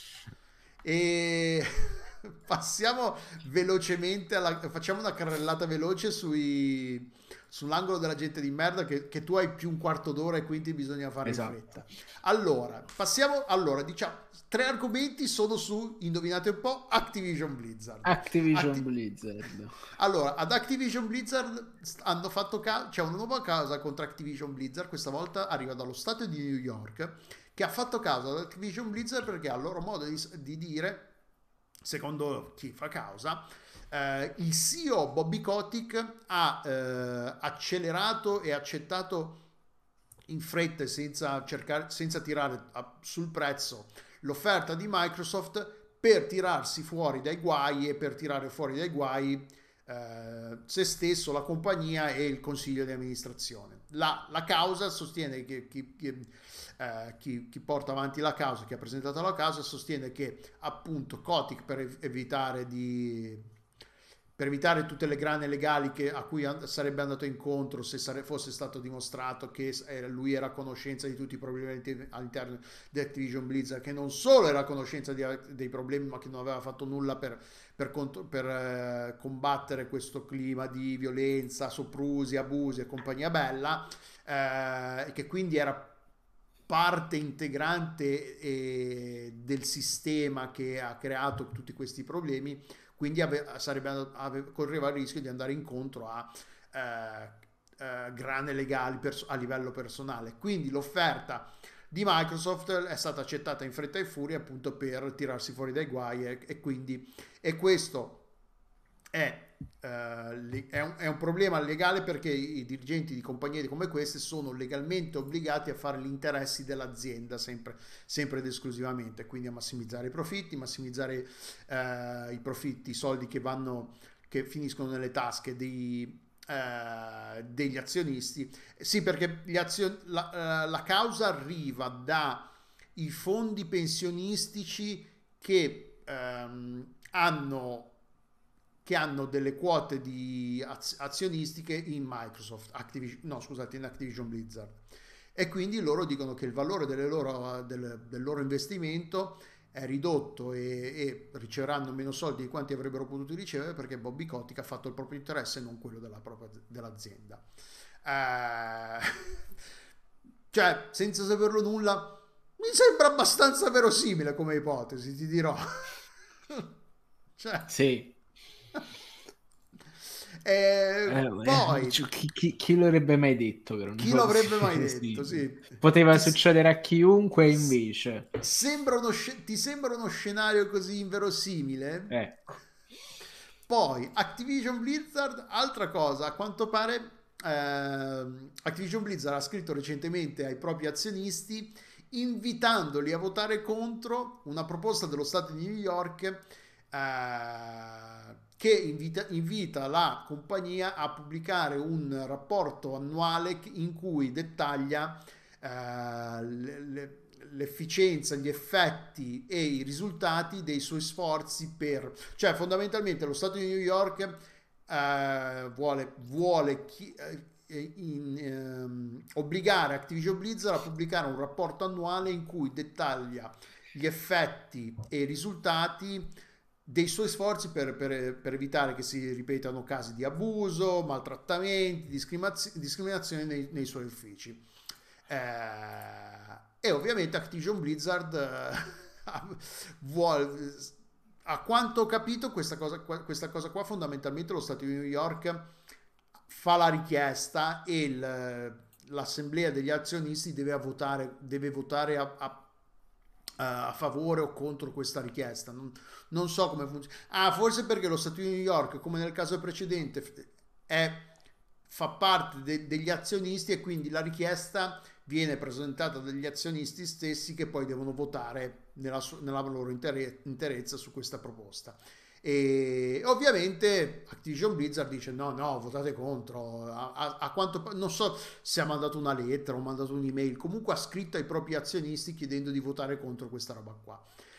eh. E passiamo velocemente alla... facciamo una carrellata veloce sui... sull'angolo della gente di merda che, che tu hai più un quarto d'ora e quindi bisogna fare in Esatto. fretta. Allora, passiamo... Allora, diciamo, tre argomenti sono su, indovinate un po', Activision Blizzard. Activision Atti- Blizzard. Allora, ad Activision Blizzard st- hanno fatto caso, c'è una nuova causa contro Activision Blizzard, questa volta arriva dallo stato di New York, che ha fatto caso ad Activision Blizzard perché a loro modo di, di dire, secondo chi fa causa, eh, il C E O Bobby Kotick ha eh, accelerato e accettato in fretta e senza, cercare, senza tirare a- sul prezzo l'offerta di Microsoft per tirarsi fuori dai guai e per tirare fuori dai guai eh, se stesso, la compagnia e il consiglio di amministrazione. La, la causa sostiene che chi, chi, eh, chi, chi porta avanti la causa, chi ha presentato la causa, sostiene che appunto Kotick per ev- evitare di per evitare tutte le grane legali che, a cui an- sarebbe andato incontro se sare- fosse stato dimostrato che s- eh, lui era a conoscenza di tutti i problemi all'inter- all'interno di Activision Blizzard, che non solo era a conoscenza di- dei problemi ma che non aveva fatto nulla per, per, cont- per, eh, combattere questo clima di violenza, soprusi, abusi e compagnia bella, eh, e che quindi era parte integrante eh, del sistema che ha creato tutti questi problemi. quindi ave, sarebbe, ave, correva il rischio di andare incontro a eh, eh, grane legali pers- a livello personale. Quindi l'offerta di Microsoft è stata accettata in fretta e furia appunto per tirarsi fuori dai guai e, e quindi e questo è, eh, è, un, è un problema legale, perché i dirigenti di compagnie come queste sono legalmente obbligati a fare gli interessi dell'azienda sempre, sempre ed esclusivamente, quindi a massimizzare i profitti, massimizzare eh, i profitti, i soldi che vanno, che finiscono nelle tasche dei, eh, degli azionisti. Sì, perché gli azion- la, la causa arriva dai fondi pensionistici che ehm, hanno che hanno delle quote di az- azionistiche in Microsoft, Activision, no scusate, in Activision Blizzard, e quindi loro dicono che il valore delle loro, del, del loro investimento è ridotto e, e riceveranno meno soldi di quanti avrebbero potuto ricevere, perché Bobby Kotick ha fatto il proprio interesse e non quello della propria, dell'azienda. Eh, cioè, senza saperlo nulla, mi sembra abbastanza verosimile come ipotesi, ti dirò. Cioè, Sì. Eh, Eh, poi eh, cioè, chi, chi, chi lo avrebbe mai detto che non chi lo avrebbe mai fosse detto? Sì. Poteva Ti, succedere a chiunque, invece. Sembra uno sc- ti sembra uno scenario così inverosimile? Ecco. Poi Activision Blizzard, altra cosa, a quanto pare eh, Activision Blizzard ha scritto recentemente ai propri azionisti invitandoli a votare contro una proposta dello Stato di New York eh, che invita, invita la compagnia a pubblicare un rapporto annuale in cui dettaglia eh, le, le, l'efficienza, gli effetti e i risultati dei suoi sforzi per, cioè fondamentalmente lo Stato di New York eh, vuole, vuole chi, eh, in, ehm, obbligare Activision Blizzard a pubblicare un rapporto annuale in cui dettaglia gli effetti e i risultati dei suoi sforzi per, per, per evitare che si ripetano casi di abuso, maltrattamenti, discriminazio, discriminazione nei, nei suoi uffici. Eh, e ovviamente Activision Blizzard eh, vuole, a quanto ho capito, questa cosa, questa cosa qua fondamentalmente lo Stato di New York fa la richiesta e il, l'assemblea degli azionisti deve votare, deve votare a, a a favore o contro questa richiesta. Non, non so come funziona. Ah, forse perché lo Stato di New York, come nel caso precedente, è, fa parte de, degli azionisti, e quindi la richiesta viene presentata dagli azionisti stessi, che poi devono votare nella, nella loro inter- interezza su questa proposta. E ovviamente Activision Blizzard dice no no, votate contro. A, a, a quanto, non so se ha mandato una lettera o ha mandato un'email, comunque ha scritto ai propri azionisti chiedendo di votare contro questa roba qua.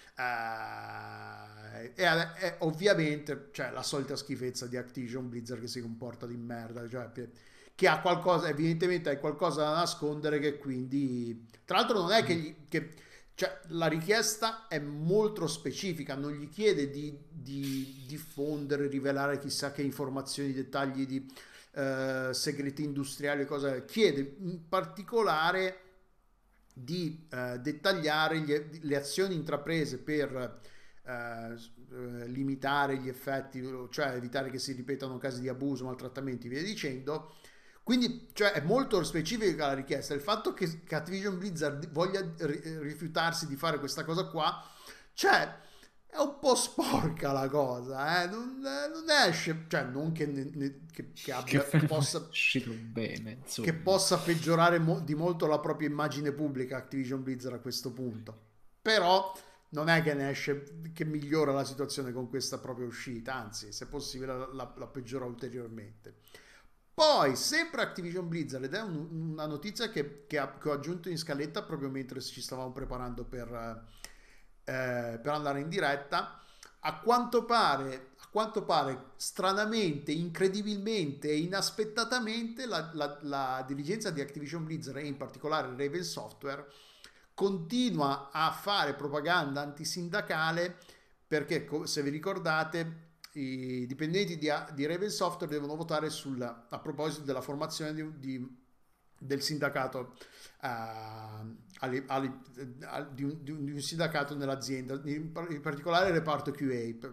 Uh, e, e ovviamente, cioè, la solita schifezza di Activision Blizzard che si comporta di merda, cioè che ha qualcosa, evidentemente hai qualcosa da nascondere, che quindi, tra l'altro, non è che, gli, che cioè, la richiesta è molto specifica, non gli chiede di, di diffondere, rivelare chissà che informazioni, dettagli di eh, segreti industriali, cosa, chiede in particolare di eh, dettagliare gli, le azioni intraprese per eh, limitare gli effetti, cioè evitare che si ripetano casi di abuso, maltrattamenti e via dicendo. Quindi, cioè, è molto specifica la richiesta. Il fatto che, che Activision Blizzard voglia rifiutarsi di fare questa cosa qua, cioè, è un po' sporca la cosa, eh? non, non esce, cioè, non che, ne, che, che abbia, che possa, bene, che possa peggiorare mo, di molto la propria immagine pubblica Activision Blizzard a questo punto. Però non è che ne esce, che migliora la situazione con questa propria uscita, anzi, se possibile la, la, la peggiora ulteriormente. Poi, sempre Activision Blizzard, ed è un, una notizia che, che, ha, che ho aggiunto in scaletta proprio mentre ci stavamo preparando per, eh, per andare in diretta, a quanto pare, a quanto pare stranamente, incredibilmente e inaspettatamente la, la, la dirigenza di Activision Blizzard, e in particolare Raven Software, continua a fare propaganda antisindacale, perché, se vi ricordate, i dipendenti di, di Raven Software devono votare sul, a proposito della formazione di, di, del sindacato uh, ali, ali, uh, di, un, di un sindacato nell'azienda, in, in particolare il reparto Q A,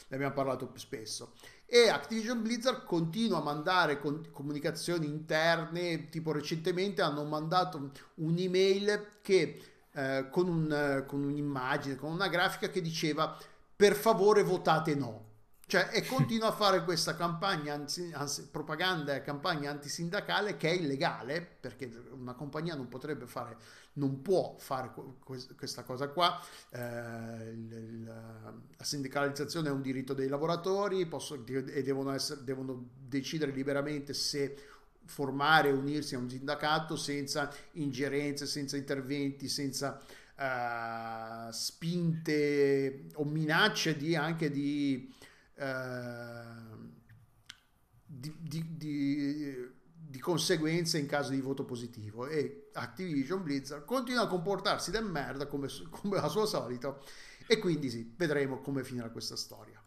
ne abbiamo parlato più spesso. E Activision Blizzard continua a mandare con- comunicazioni interne, tipo recentemente hanno mandato un'email che eh, con, un, con un'immagine, con una grafica che diceva per favore votate no. Cioè, e continua a fare questa campagna, anzi, anzi, propaganda e campagna antisindacale che è illegale, perché una compagnia non potrebbe fare, non può fare questa cosa qua. Eh, il, il, la sindacalizzazione è un diritto dei lavoratori, possono, e devono, essere, devono decidere liberamente se formare e unirsi a un sindacato senza ingerenze, senza interventi, senza uh, spinte o minacce di, anche di Di, di, di, di conseguenze in caso di voto positivo. E Activision Blizzard continua a comportarsi da merda come, come al suo solito, e quindi sì, vedremo come finirà questa storia.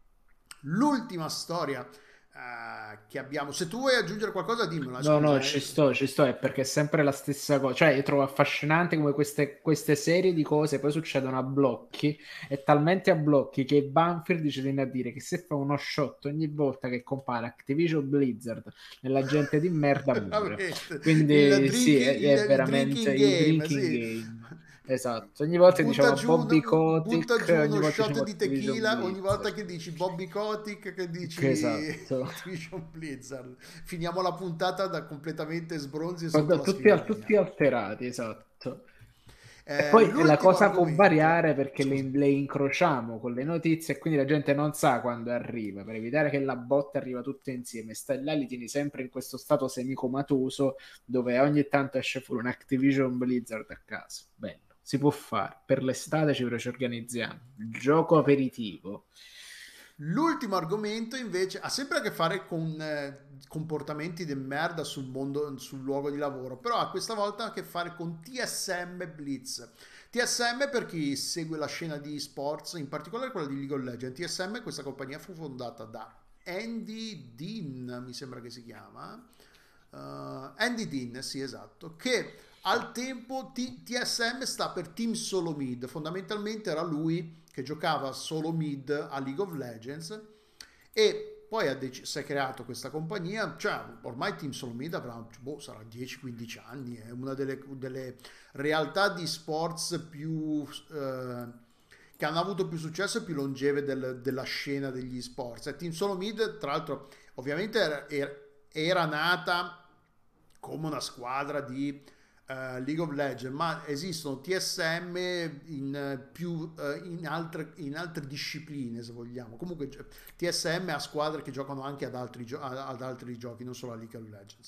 L'ultima storia uh, che abbiamo, se tu vuoi aggiungere qualcosa dimmelo. No, no, ci sto, ci sto, è perché è sempre la stessa cosa, cioè io trovo affascinante come queste, queste serie di cose poi succedono a blocchi, e talmente a blocchi che Banfield ci viene a dire che se fa uno shot ogni volta che compare Activision Blizzard nella gente di merda muore. Quindi il sì, è, è il veramente drinking il game, drinking sì. game. Esatto, ogni volta che butta diciamo giù, Bobby butta Kotick, giù ogni uno volta shot diciamo di Activision tequila ogni volta Blizzard. che dici Bobby Kotick, che dici Esatto. Activision Blizzard. Finiamo la puntata da completamente sbronzi Tutti, sotto la scrivania. tutti alterati, esatto. Eh, E poi la cosa argomento, può variare perché le, scusa. le incrociamo con le notizie e quindi la gente non sa quando arriva, per evitare che la botta arriva tutte insieme. Stai là, li tieni sempre in questo stato semicomatoso dove ogni tanto esce fuori un Activision Blizzard a caso. Bello, si può fare. Per l'estate ci, ci organizziamo. Gioco aperitivo. L'ultimo argomento invece ha sempre a che fare con eh, comportamenti di merda sul mondo, sul luogo di lavoro, però ha questa volta a che fare con T S M Blitz. T S M, per chi segue la scena di sports, in particolare quella di League of Legends, T S M, questa compagnia fu fondata da Andy Dean, mi sembra che si chiama, uh, Andy Dean, sì esatto, che al tempo T- TSM sta per Team Solo Mid, fondamentalmente era lui che giocava solo mid a League of Legends, e poi ha dec- si è creato questa compagnia, cioè ormai Team Solo Mid avrà, boh, sarà dieci quindici anni, è una delle, delle realtà di sports più eh, che hanno avuto più successo e più longeve del, della scena degli sports. E Team Solo Mid, tra l'altro, ovviamente era, era, era nata come una squadra di Uh, League of Legends, ma esistono T S M in uh, più uh, in, altre, in altre discipline, se vogliamo. Comunque T S M ha squadre che giocano anche ad altri, gio- ad altri giochi, non solo a League of Legends.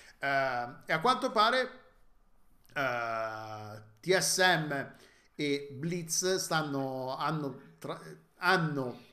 Uh, e a quanto pare uh, T S M e Blitz stanno hanno, tra, hanno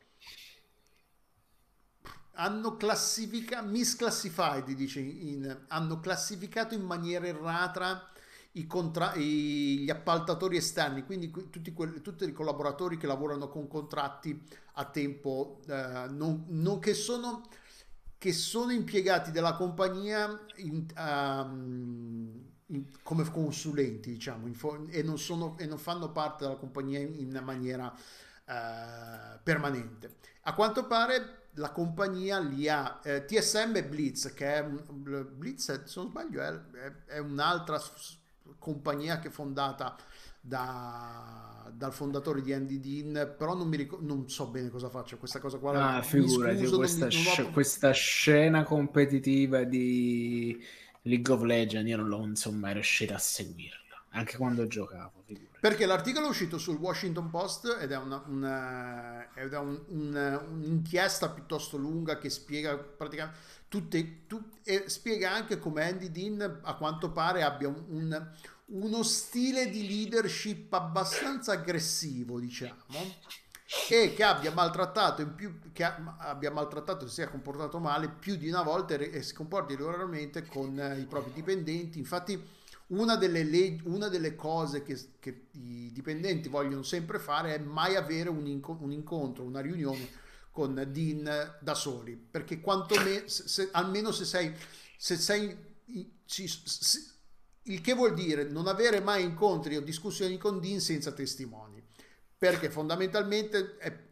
hanno classificato, misclassified, dice, in, hanno classificato in maniera errata i contra- i, gli appaltatori esterni, quindi tutti, quelli, tutti i collaboratori che lavorano con contratti a tempo, eh, non, non che sono che sono impiegati della compagnia in, um, in, come consulenti, diciamo, in, e, non sono, e non fanno parte della compagnia in, in maniera uh, permanente. A quanto pare la compagnia li ha, eh, T S M Blitz, che è Blitz, se non sbaglio è, è un'altra compagnia che è fondata da, dal fondatore di Andy Dean, però non mi ricordo, non so bene cosa faccia questa cosa qua. Ah, figurati, scuso, questa, non mi, non sc- ho... questa scena competitiva di League of Legends io non l'ho insomma riuscito a seguirla, anche quando giocavo, figurati. Perché l'articolo è uscito sul Washington Post ed è, una, una, ed è un, un, un'inchiesta piuttosto lunga che spiega praticamente tutte, tu, e spiega anche come Andy Dean a quanto pare abbia un, un, uno stile di leadership abbastanza aggressivo, diciamo, e che abbia maltrattato in più, che abbia maltrattato, si sia comportato male più di una volta e, e si comporti regolarmente con i propri dipendenti. Infatti Una delle, leg- una delle cose che, che i dipendenti vogliono sempre fare è mai avere un, inco- un incontro, una riunione con Dean da soli, perché quantomeno, se, se, almeno se sei, se sei ci, se, il che vuol dire non avere mai incontri o discussioni con Dean senza testimoni, perché fondamentalmente è,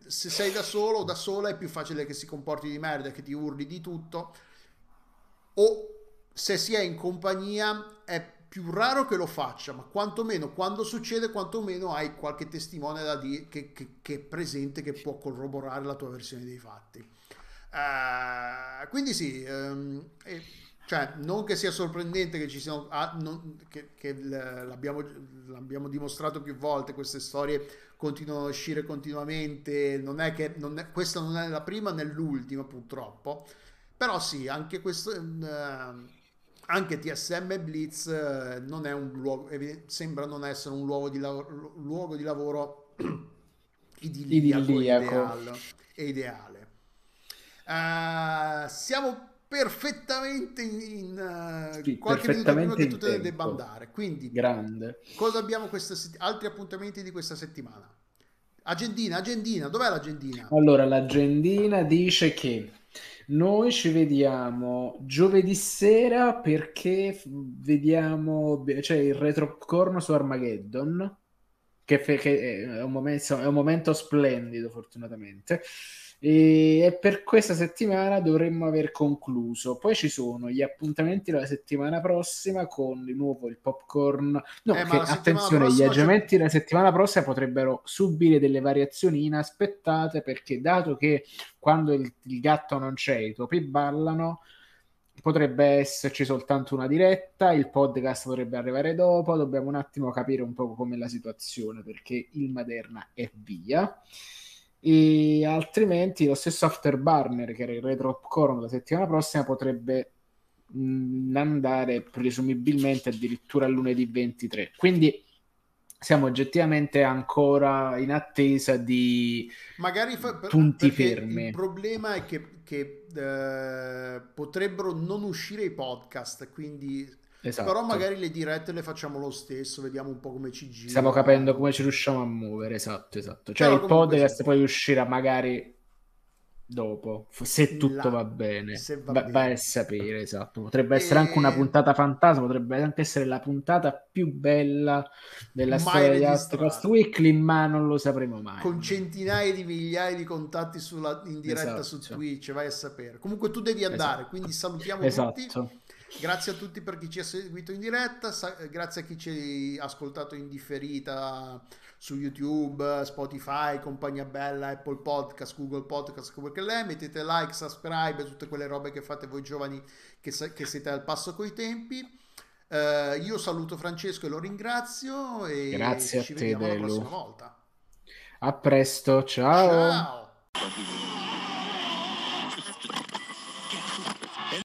se sei da solo o da sola è più facile che si comporti di merda, che ti urli di tutto, o se si è in compagnia è più raro che lo faccia, ma quantomeno quando succede, quantomeno hai qualche testimone da dire che, che, che è presente, che può corroborare la tua versione dei fatti. Uh, quindi sì, um, eh, cioè non che sia sorprendente che ci siano, ah, non, che, che l'abbiamo, l'abbiamo dimostrato più volte, queste storie continuano a uscire continuamente, non è che non è, questa non è la prima né l'ultima purtroppo, però sì, anche questo uh, anche T S M Blitz uh, non è un luogo, sembra non essere un luogo di lavoro, luogo di lavoro idilliaco, idilliaco. e ideale. Uh, siamo perfettamente in, in uh, sì, qualche minuto prima che tu te ne debba andare, quindi grande. Cosa abbiamo questa sett- altri appuntamenti di questa settimana? Agendina, agendina, dov'è l'agendina? Allora, l'agendina dice che noi ci vediamo giovedì sera perché vediamo, cioè, il retro popcorn su Armageddon, che, fe- che è, un momento, è un momento splendido, fortunatamente. E, e per questa settimana dovremmo aver concluso. Poi ci sono gli appuntamenti della settimana prossima con di nuovo il popcorn. No, Eh, ma che la settimana attenzione, gli prossima c'è- aggiornamenti della settimana prossima potrebbero subire delle variazioni inaspettate, perché dato che quando il, il gatto non c'è, i topi ballano, potrebbe esserci soltanto una diretta, il podcast potrebbe arrivare dopo, dobbiamo un attimo capire un po' com'è la situazione, perché il Maderna è via. E altrimenti lo stesso Afterburner, che era il retro popcorn la settimana prossima, potrebbe mh, andare presumibilmente addirittura a lunedì ventitré. Quindi siamo oggettivamente ancora in attesa di magari fa- per- punti perché il fermi. problema è che, che, eh, potrebbero non uscire i podcast, quindi Esatto. però magari le dirette le facciamo lo stesso, vediamo un po' come ci gira. Stiamo capendo come ci riusciamo a muovere, esatto, esatto. Cioè Però il comunque podcast sì. poi uscirà magari dopo, se In tutto là, va bene. se va Va, va bene. a sapere, esatto. Potrebbe essere anche una E puntata fantasma, potrebbe anche essere la puntata più bella della mai storia di Outcast registrata, Weekly, ma non lo sapremo mai. con centinaia di migliaia di contatti sulla, in diretta Esatto. su Twitch, vai a sapere. Comunque tu devi andare, Esatto. quindi salutiamo Esatto. tutti. Grazie a tutti per chi ci ha seguito in diretta, sa- grazie a chi ci ha ascoltato in differita su YouTube, Spotify, Compagnia Bella, Apple Podcast, Google Podcast, come che lei. Mettete like, subscribe, tutte quelle robe che fate voi giovani che, sa- che siete al passo coi tempi. Uh, io saluto Francesco e lo ringrazio e Grazie a ci te, vediamo la Delu. prossima volta. A presto, ciao. Ciao.